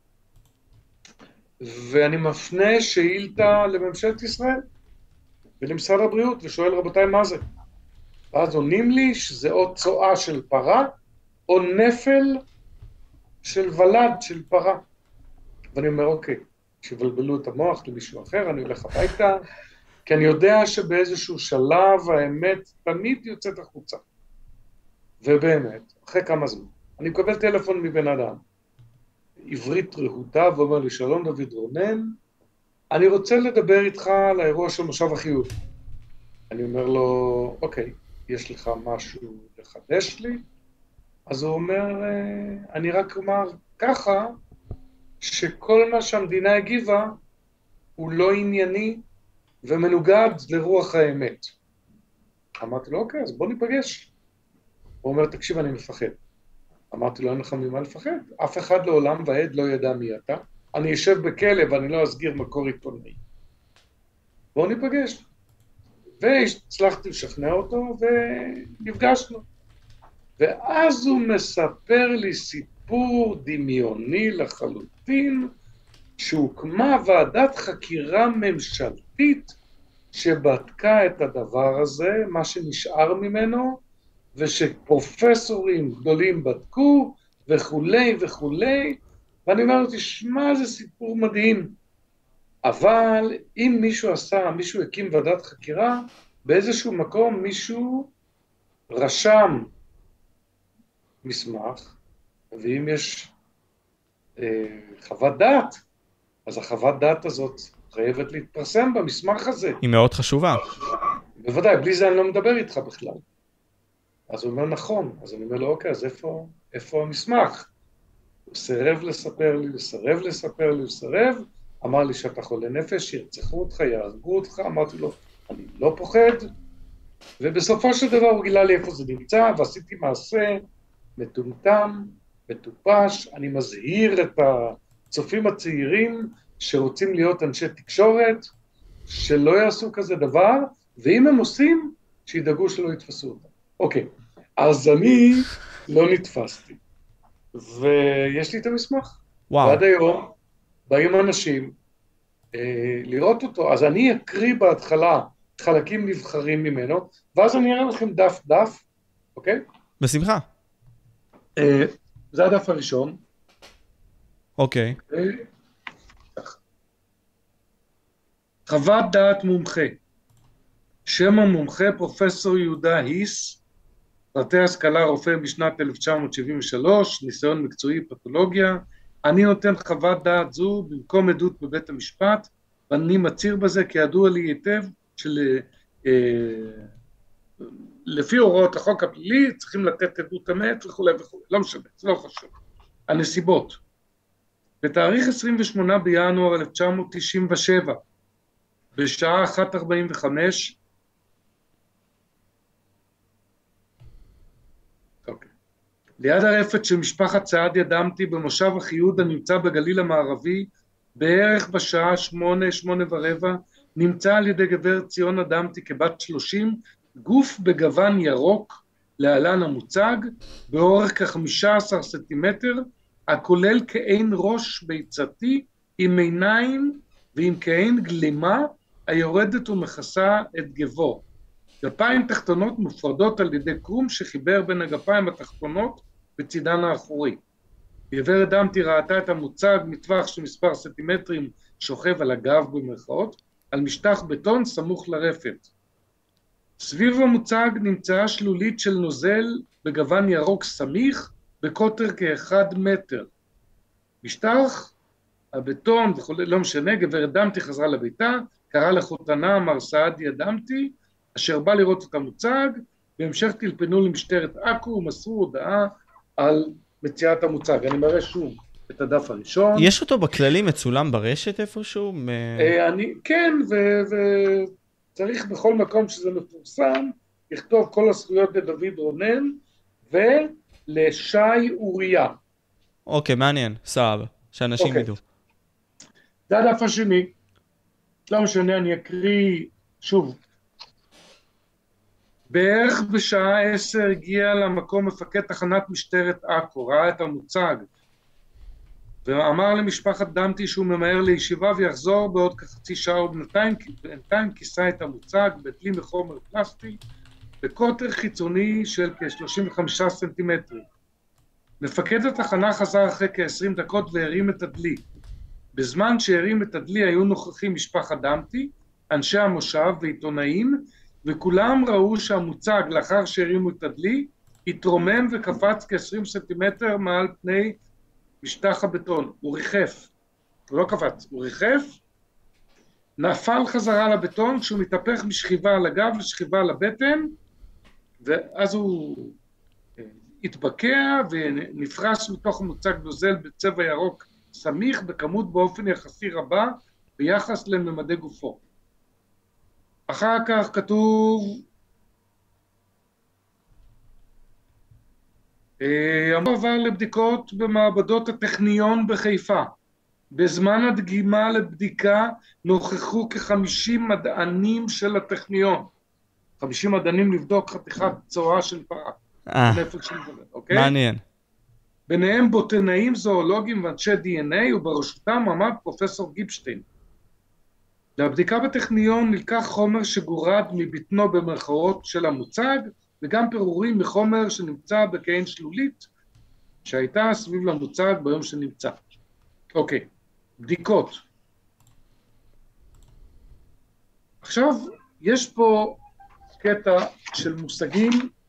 ואני מפנה שאילתה לממשלת ישראל ולמשרד הבריאות ושואל רבותיי מה זה, ואז עונים לי שזה או צואה של פרה או נפל של ולד של פרה, ואני אומר אוקיי, שבלבלו את המוח למישהו אחר, אני הולך הביתה, כי אני יודע שבאיזשהו שלב האמת תמיד יוצאת החוצה, ובאמת, אחרי כמה זמן, אני מקבל טלפון מבן אדם, עברית רהוטה, ואומר לי, שלום דוד רונן, אני רוצה לדבר איתך על האירוע של מושב אחיהוד. אני אומר לו, אוקיי, יש לך משהו לחדש לי? אז הוא אומר, אני רק אומר ככה, שכל מה שהמדינה הגיבה, הוא לא ענייני ומנוגד לרוח האמת. אמרתי לו, אוקיי, אז בוא ניפגש. הוא אומר, תקשיב, אני מפחד. אמרתי לו, אין לך ממה לפחד. אף אחד לעולם ועד לא ידע מי אתה. אני אשב בכלא ואני לא אסגיר מקור עיתונאי. בואו ניפגש. והצלחתי לשכנע אותו ונפגשנו. ואז הוא מספר לי סיפור דמיוני לחלוטין, שהוקמה ועדת חקירה ממשלתית שבדקה את הדבר הזה, מה שנשאר ממנו, ושפרופסורים גדולים בדקו, וכולי וכולי, ואני אומר לו, תשמע, זה סיפור מדהים. אבל אם מישהו הקים ועדת חקירה, באיזשהו מקום מישהו רשם מסמך, ואם יש חוות דעת, אז החוות דעת הזאת חייבת להתפרסם במסמך הזה. היא מאוד חשובה. בוודאי, בלי זה אני לא מדבר איתך בכלל. אז הוא אומר, נכון. אז אני אומר לו, אוקיי, אז איפה המסמך? הוא סירב לספר לי, סירב, אמר לי שאתה חולה נפש, ירצחו אותך, יהרגו אותך, אמרתי לו, אני לא פוחד, ובסופו של דבר הוא גילה לי איפה זה נמצא, ועשיתי מעשה מטומטם, מטופש, אני מזהיר את הצופים הצעירים שרוצים להיות אנשי תקשורת, שלא יעשו כזה דבר, ואם הם עושים, שידאגו שלא יתפסו אותם. אוקיי, אז אני לא נתפסתי, ויש לי את המסמך. וואו. ועד היום באים אנשים לראות אותו, אז אני אקריא בהתחלה חלקים נבחרים ממנו, ואז אני אראה לכם דף, אוקיי? בשמחה. זה הדף הראשון. אוקיי. חוות דעת מומחה. שם המומחה פרופסור יהודה היס, פרטי השכלה רופא בשנת 1973, ניסיון מקצועי פתולוגיה. אני נותן חוות דעת זו במקום עדות בבית המשפט, ואני מצהיר בזה כי ידוע לי היטב לפי הוראות החוק הפלילי צריכים לתת עדות אמת וכו' וכו', לא משנה, זה לא חשוב. הנסיבות. בתאריך 28 בינואר 1997, בשעה 1:45, ליד הרפת של משפחת סעדיה דמתי במושב אחיהוד הנמצא בגליל המערבי, בערך בשעה 8:15, נמצא על ידי גברת ציונה דמתי כבת 30, גוף בגוון ירוק, להלן המוצג, באורך כ-15 סנטימטר, הכולל כעין ראש ביצתי עם עיניים ועם כעין גלימה, היורדת ומכסה את גבו. גפיים תחתונות מופרדות על ידי קרום שחיבר בין הגפיים התחתונות בצידן האחורי. גברת דמתי ראתה את המוצג מטווח של מספר סנטימטרים שוכב על הגב במרכאות, על משטח בטון סמוך לרפת. סביב המוצג נמצאה שלולית של נוזל בגוון ירוק סמיך בקוטר כ1 מטר. משטח הבטון וכו', לא משנה, גברת דמתי חזרה לביתה, קרא לחותנה מר סעדיה דמתי, אשר בא לראות את המוצג, בהמשך טלפנו למשטרת עכו ומסרו הודעה על מציאת המוצג. אני מראה שוב את הדף הראשון. יש אותו בכללי מצולם ברשת איפשהו? כן, וצריך בכל מקום שזה מפורסם, לכתוב כל הזכויות לדוד רונן ולשי אוריה. אוקיי, מעניין, סבבה, שאנשים ידעו. זה הדף השני. לא משנה, אני אקריא שוב. בערך בשעה 10 הגיע למקום מפקד תחנת משטרת עכו, ראה את המוצג, ואמר למשפחת דמתי שהוא ממהר לישיבה ויחזור בעוד כחצי שעה, ובינתיים כיסה את המוצג בדלי מחומר פלסטי, בקוטר חיצוני של כ-35 סנטימטרים. מפקד התחנה חזר אחרי כ-20 דקות והרים את הדלי. בזמן שהרים את הדלי היו נוכחים משפחת דמתי, אנשי המושב ועיתונאים, וכולם ראו שהמוצג לאחר שהרימו את הדלי, התרומם וקפץ כ-20 סנטימטר מעל פני משטח הבטון. הוא ריחף, הוא לא קפץ, הוא ריחף, נפל חזרה לבטון כשהוא מתהפך משכיבה על הגב לשכיבה על הבטן, ואז הוא התבקע ונפרס מתוך המוצג נוזל בצבע ירוק סמיך בכמות באופן יחסי רבה ביחס לממדי גופו. אחר כך כתוב, עבר לבדיקות במעבדות הטכניון בחיפה. בזמן הדגימה לבדיקה נוכחו כ-50 מדענים של הטכניון. 50 מדענים לבדוק חתיכת צורה של פרה. אוקיי? מעניין. ביניהם בוטנאים, זואולוגים ואנשי DNA, ובראשותם עמד פרופסור גיבשטיין. לבדיקה בטכניון נלקח חומר שגורד מבטנו במרכאות של המוצג, וגם פירורים מחומר שנמצא בקעין שלולית, שהייתה סביב למוצג ביום שנמצא. אוקיי, בדיקות. עכשיו, יש פה קטע של מושגים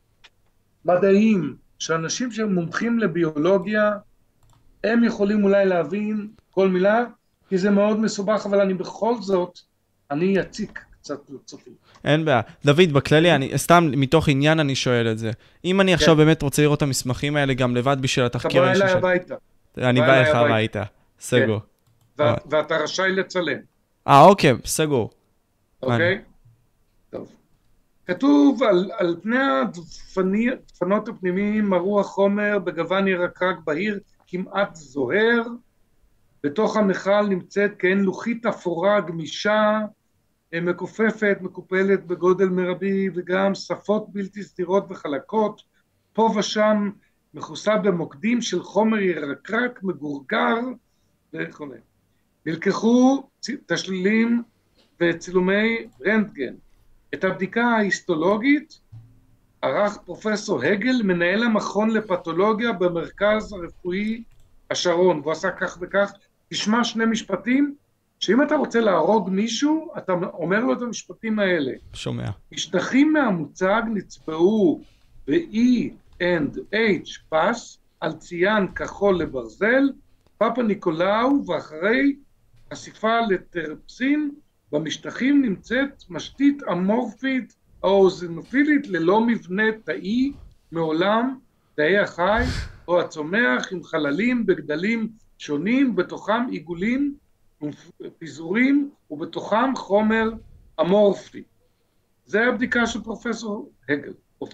מדעיים, שאנשים שהם מומחים לביולוגיה, הם יכולים אולי להבין כל מילה, כי זה מאוד מסובך, אבל אני בכל זאת, אני אציק קצת לצופים. אין בעיה. דוד, בכללי, סתם מתוך עניין אני שואל את זה. אם אני עכשיו באמת רוצה לראות את המסמכים האלה גם לבד בשביל התחקיר האישי אתה בא אליי הביתה. אני בא אליך הביתה. סגור. ואתה רשאי לצלם. אוקיי, סגור. אוקיי? טוב. כתוב על פני הדפנות הפנימיים מרו החומר בגוון ירקרק בהיר כמעט זוהר, בתוך המכל נמצאת כאין לוחית אפורה גמישה, מקופפת, מקופלת בגודל מרבי, וגם שפות בלתי סדירות וחלקות, פה ושם מכוסה במוקדים של חומר ירקרק מגורגר וכו'. נלקחו תשלילים וצילומי רנטגן. את הבדיקה ההיסטולוגית ערך פרופסור הגל, מנהל המכון לפתולוגיה במרכז הרפואי השרון, והוא עשה כך וכך. תשמע שני משפטים, שאם אתה רוצה להרוג מישהו, אתה אומר לו את המשפטים האלה. שומע. משטחים מהמוצג נצבעו ב-E and H פס, על ציין כחול לברזל, פאפה ניקולאו, ואחרי חשיפה לטרפסין, במשטחים נמצאת משתית אמורפית או זינופילית ללא מבנה תאי מעולם, תאי החי או הצומח עם חללים בגדלים שונים, בתוכם עיגולים ופיזורים ובתוכם חומר אמורפי. זה הבדיקה של פרופסור הגל.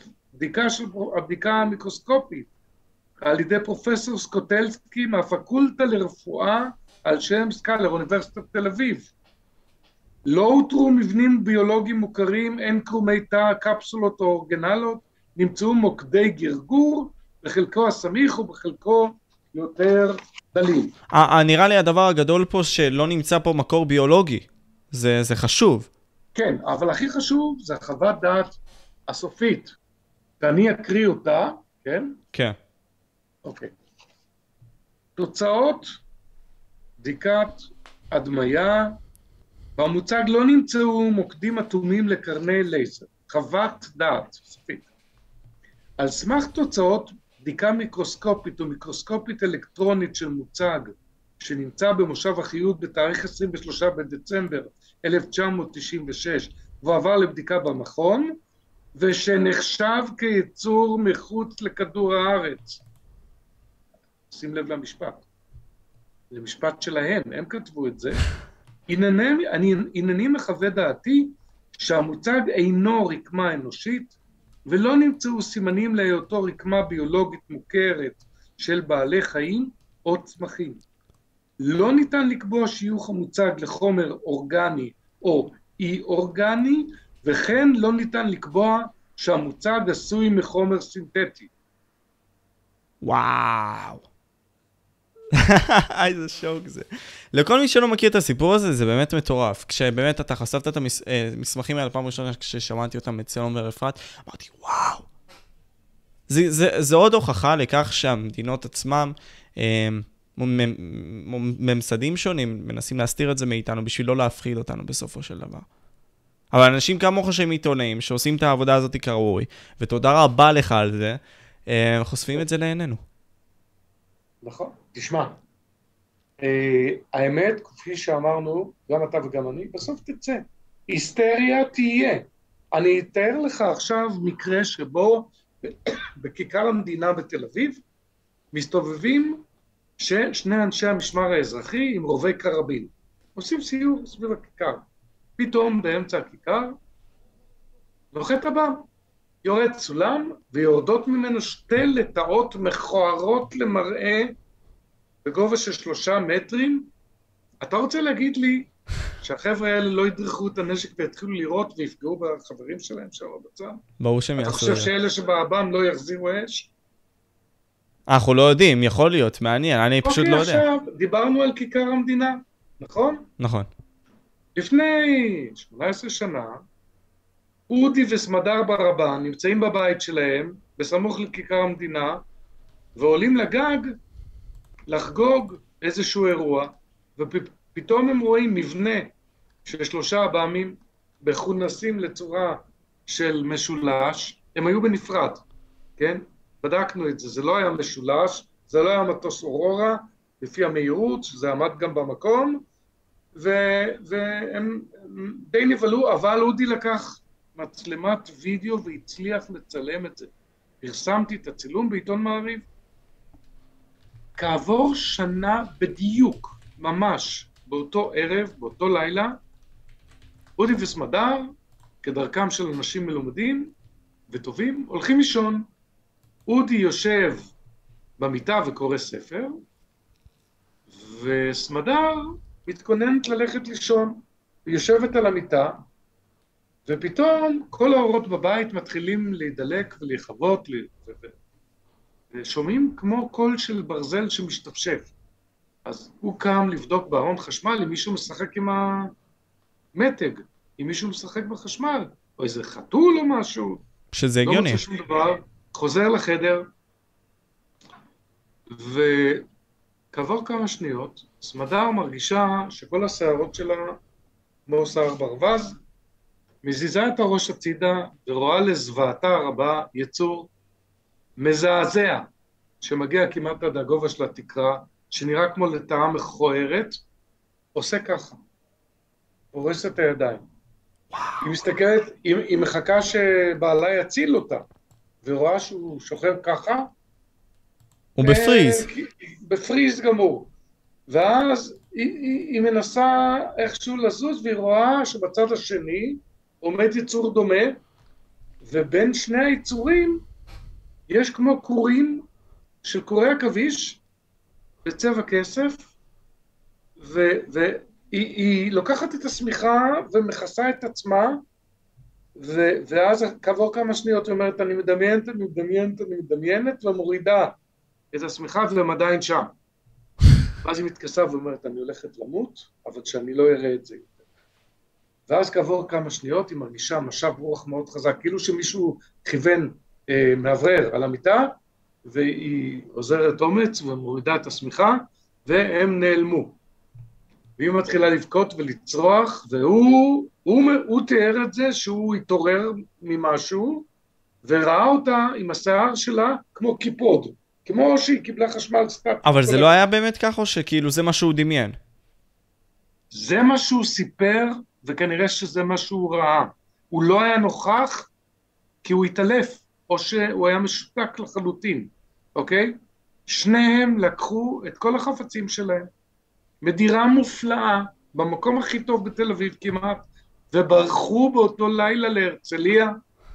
הבדיקה המיקרוסקופית על ידי פרופסור סקוטלסקי מהפקולטה לרפואה על שם סקלר, אוניברסיטת תל אביב. לא הותרו מבנים ביולוגיים מוכרים, אין קרומי תא, קפסולות או אורגנלות, נמצאו מוקדי גרגור, בחלקו הסמיך ובחלקו יותר דלים. נראה לי הדבר הגדול פה שלא נמצא פה מקור ביולוגי, זה חשוב. כן, אבל הכי חשוב זה חוות דעת הסופית, ואני אקריא אותה, כן? כן. אוקיי. תוצאות, בדיקת הדמיה, במוצג לא נמצאו מוקדים אטומים לקרני לייזר, חוות דעת סופית. על סמך תוצאות בדיקה מיקרוסקופית או מיקרוסקופית אלקטרונית של מוצג שנמצא במושב החיות בתאריך 23 בדצמבר 1996 ועבר לבדיקה במכון ושנחשב כיצור מחוץ לכדור הארץ. שים לב למשפט. למשפט שלהם, הם כתבו את זה. הנני מחווה דעתי שהמוצג אינו רקמה אנושית ולא נמצאו סימנים להיותו רקמה ביולוגית מוכרת של בעלי חיים או צמחים. לא ניתן לקבוע שיוך המוצג לחומר אורגני או אי אורגני, וכן לא ניתן לקבוע שהמוצג עשוי מחומר סינתטי. וואו. איזה שוק זה. לכל מי שלא מכיר את הסיפור הזה, זה באמת מטורף. כשבאמת אתה חשפת את המסמכים האלה פעם ראשונה, כששמעתי אותם אצל עומר אפרת, אמרתי, וואו. זה עוד הוכחה לכך שהמדינות עצמם, ממסדים שונים, מנסים להסתיר את זה מאיתנו, בשביל לא להפחיד אותנו בסופו של דבר. אבל אנשים כמוך שהם עיתונאים, שעושים את העבודה הזאת כראוי, ותודה רבה לך על זה, חושפים את זה לעינינו. נכון, תשמע, האמת, כפי שאמרנו, גם אתה וגם אני, בסוף תצא. היסטריה תהיה. אני אתאר לך עכשיו מקרה שבו בכיכר המדינה בתל אביב, מסתובבים שני אנשי המשמר האזרחי עם רובי קרבין. עושים סיור סביב הכיכר. פתאום באמצע הכיכר, נוחת הבא, יורד סולם, ויורדות ממנו שתי לטאות מכוערות למראה, בגובה של 3 מטרים. אתה רוצה להגיד לי שהחבר'ה האלה לא ידרכו את הנשק ויתחילו לירות ויפגעו בחברים שלהם שם בצד? ברור שהם יעשו את זה. אתה חושב שאלה שבאב"ם לא יחזירו אש? אנחנו לא יודעים, יכול להיות, מעניין, אני פשוט לא יודע. אוקיי, עכשיו, דיברנו על כיכר המדינה, נכון? נכון. לפני 18 שנה, אודי וסמדר ברבן נמצאים בבית שלהם, בסמוך לכיכר המדינה, ועולים לגג לחגוג איזשהו אירוע, ופתאום הם רואים מבנה של 3 אב"מים, בכונסים לצורה של משולש, הם היו בנפרד, כן? בדקנו את זה, זה לא היה משולש, זה לא היה מטוס אורורה, לפי המהירות, שזה עמד גם במקום, והם די נבלו, אבל אודי לקח מצלמת וידאו והצליח לצלם את זה. פרסמתי את הצילום בעיתון מעריב. כעבור שנה בדיוק, ממש, באותו ערב, באותו לילה, אודי וסמדר, כדרכם של אנשים מלומדים וטובים, הולכים לישון. אודי יושב במיטה וקורא ספר, וסמדר מתכוננת ללכת לישון. היא יושבת על המיטה, ופתאום כל האורות בבית מתחילים להידלק ולהיכבות, ושומעים כמו קול של ברזל שמשתפשף. אז הוא קם לבדוק בארון חשמל אם מישהו משחק עם המתג, אם מישהו משחק בחשמל, או איזה חתול או משהו. שזה הגיוני. לא מוצא שום דבר, חוזר לחדר, וכעבור כמה שניות, סמדר מרגישה שכל השערות שלה, כמו שער ברווז, מזיזה את הראש הצידה ורואה לזוועתה הרבה יצור מזעזע, שמגיע כמעט עד הגובה של התקרה, שנראה כמו לטאה מכוערת, עושה ככה, פורס את הידיים. היא מסתכלת, היא מחכה שבעלה יציל אותה, ורואה שהוא שוכב ככה. הוא בפריז. בפריז גמור. ואז היא מנסה איכשהו לזוז, והיא רואה שבצד השני עומד יצור דומה, ובין שני היצורים יש כמו קורים של קורי עכביש בצבע כסף, והיא לוקחת את השמיכה ומכסה את עצמה, ואז כעבור כמה שניות היא אומרת, אני מדמיינת, ומורידה את השמיכה והם עדיין שם. ואז היא מתכסה ואומרת, אני הולכת למות, אבל שאני לא אראה את זה יותר. ואז כעבור כמה שניות היא מרגישה משב רוח מאוד חזק, כאילו שמישהו כיוון מאוורר על המיטה, והיא עוזרת אומץ ומורידה את השמיכה, והם נעלמו. והיא מתחילה לבכות ולצרוח, והוא תיאר את זה שהוא התעורר ממשהו, וראה אותה עם השיער שלה כמו קיפוד, כמו שהיא קיבלה חשמל סטטי. אבל זה לא היה באמת כך, או שכאילו זה מה שהוא דמיין? זה מה שהוא סיפר, וכנראה שזה מה שהוא ראה. הוא לא היה נוכח, כי הוא התעלף, או שהוא היה משותק לחלוטין, אוקיי? שניהם לקחו את כל החפצים שלהם, בדירה מופלאה, במקום הכי טוב בתל אביב כמעט, וברחו באותו לילה להרצליה,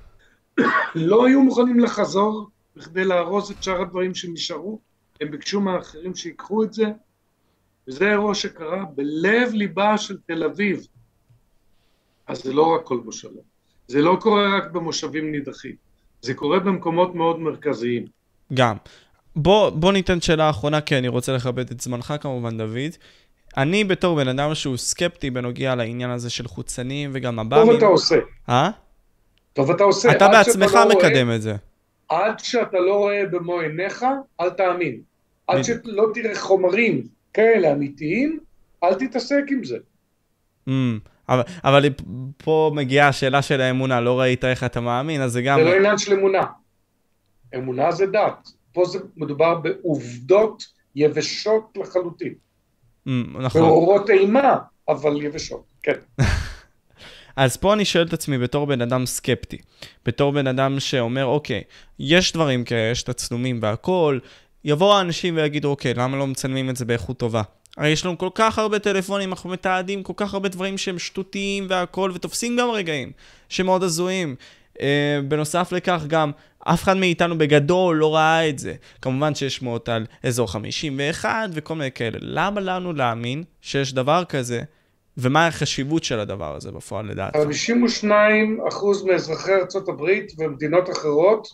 לא היו מוכנים לחזור, בכדי להרוז את שאר הדברים שנשארו, הם ביקשו מהאחרים שיקחו את זה, וזה אירוע שקרה בלב ליבה של תל אביב. אז זה לא רק כל מושבים, זה לא קורה רק במושבים נידחים, זה קורה במקומות מאוד מרכזיים. גם. בוא ניתן שאלה אחרונה, כי אני רוצה לכבד את זמנך כמובן, דוד. אני בתור בן אדם שהוא סקפטי בנוגע לעניין הזה של חוצנים וגם הבאמים. טוב אתה עושה. טוב אתה עושה. אתה בעצמך מקדם את זה. עד שאתה לא רואה במו עיניך, אל תאמין. עד שלא תראה חומרים כאלה אמיתיים, אל תתעסק עם זה. אבל פה מגיעה השאלה של האמונה, לא ראית איך אתה מאמין, אז זה גם... זה לא עניין של אמונה. אמונה זה דת. פה זה מדובר בעובדות יבשות לחלוטין. נכון. באורות אימה, אבל יבשות, כן. אז פה אני שואל את עצמי בתור בן אדם סקפטי, בתור בן אדם שאומר, אוקיי, יש דברים כאלה, יש תצלומים והכל, יבואו האנשים ויגידו, אוקיי, למה לא מצלמים את זה באיכות טובה? הרי יש לנו כל כך הרבה טלפונים, אנחנו מתעדים כל כך הרבה דברים שהם שטותיים והכל, ותופסים גם רגעים שמאוד הזויים. בנוסף לכך גם, אף אחד מאיתנו בגדול לא ראה את זה. כמובן שיש שמועות על אזור 51 וכל מיני כאלה. למה לנו להאמין שיש דבר כזה, ומה החשיבות של הדבר הזה בפועל לדעתך? 52% מאזרחי ארצות הברית ומדינות אחרות,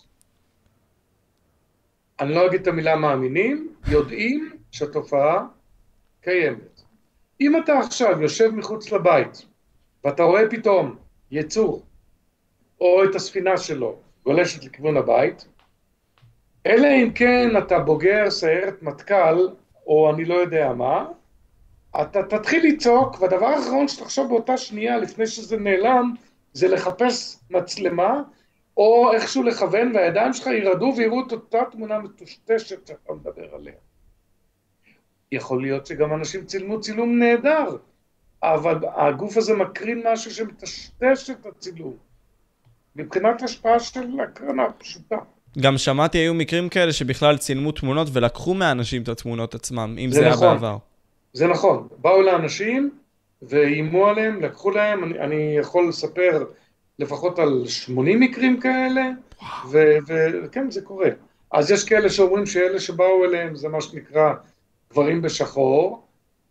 אני לא אגיד את המילה מאמינים, יודעים שהתופעה קיימת. אם אתה עכשיו יושב מחוץ לבית, ואתה רואה פתאום יצור, או את הספינה שלו, גולשת לכיוון הבית, אלא אם כן אתה בוגר סיירת מטכ"ל, או אני לא יודע מה, אתה תתחיל לצעוק, והדבר האחרון שתחשוב באותה שנייה, לפני שזה נעלם, זה לחפש מצלמה, או איכשהו לכוון, והידיים שלך ירדו ויראו את אותה תמונה מטושטשת שאתה מדבר עליה. יכול להיות שגם אנשים צילמו צילום נהדר, אבל הגוף הזה מקרין משהו שמטשטש את הצילום. מבחינת השפעה של הקרנה פשוטה. גם שמעתי, היו מקרים כאלה שבכלל צילמו תמונות ולקחו מהאנשים את התמונות עצמם, אם זה היה בעבר. זה נכון. באו לאנשים ואיימו עליהם, לקחו להם, אני יכול לספר לפחות על 80 מקרים כאלה, וכן, זה קורה. אז יש כאלה שאומרים שאלה שבאו אליהם, זה מה שנקרא גברים בשחור.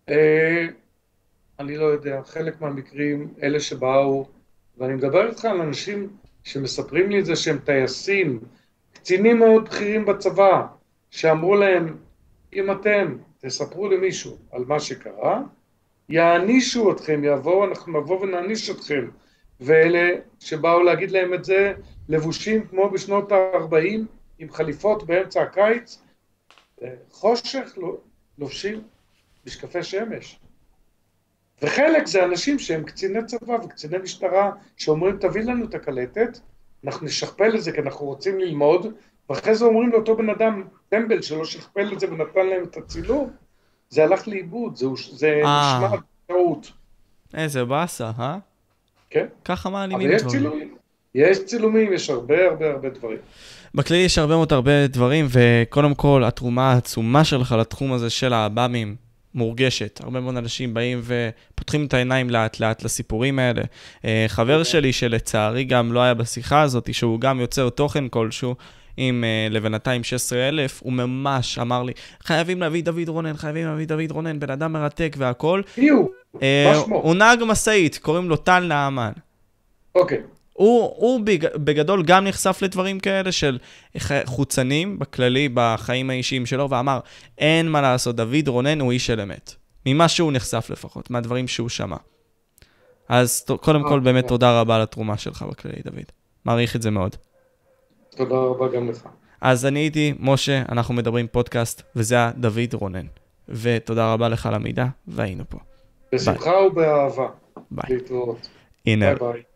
אני לא יודע, חלק מהמקרים, אלה שבאו, ואני מדבר איתך על אנשים שמספרים לי את זה שהם טייסים, קצינים מאוד בכירים בצבא, שאמרו להם, אם אתם תספרו למישהו על מה שקרה, יענישו אתכם, אנחנו נבוא ונעניש אתכם. ואלה שבאו להגיד להם את זה, לבושים כמו בשנות ה-40, עם חליפות באמצע הקיץ, חושך לובשים משקפי שמש. וחלק זה אנשים שהם קציני צבא וקציני משטרה, שאומרים, תביא לנו את הקלטת, אנחנו נשכפל את זה כי אנחנו רוצים ללמוד, ואחרי זה אומרים לאותו בן אדם, טמבל שלא שכפל את זה ונתן להם את הצילום, זה הלך לאיבוד, זה נשמע טעות. איזה באסה, כן. ככה מעלימים דברים. אבל יש צילומים. יש צילומים, יש הרבה דברים. בכלי יש הרבה דברים, וקודם כל, התרומה העצומה שלך לתחום הזה של האב"מים מורגשת. הרבה מאוד אנשים באים ופותחים את העיניים לאט לאט לסיפורים האלה. חבר שלי שלצערי גם לא היה בשיחה הזאת, שהוא גם יוצר תוכן כלשהו, עם לבינתיים 16,000, הוא ממש אמר לי, חייבים להביא דוד רונן, בן אדם מרתק והכל. הוא נהג מסעית, קוראים לו טל נעמן. אוקיי. הוא בגדול גם נחשף לדברים כאלה של חוצנים בכללי בחיים האישיים שלו, ואמר, אין מה לעשות, דוד רונן הוא איש של אמת. ממה שהוא נחשף לפחות, מהדברים שהוא שמע. אז קודם כל באמת תודה רבה על התרומה שלך בכללי, דוד. מעריך את זה מאוד. תודה רבה גם לך. אז אני הייתי משה, אנחנו מדברים פודקאסט, וזה היה דוד רונן. ותודה רבה לך על המידע, והיינו פה. בשמחה ובאהבה. ביי. להתראות. הנה. ביי ביי.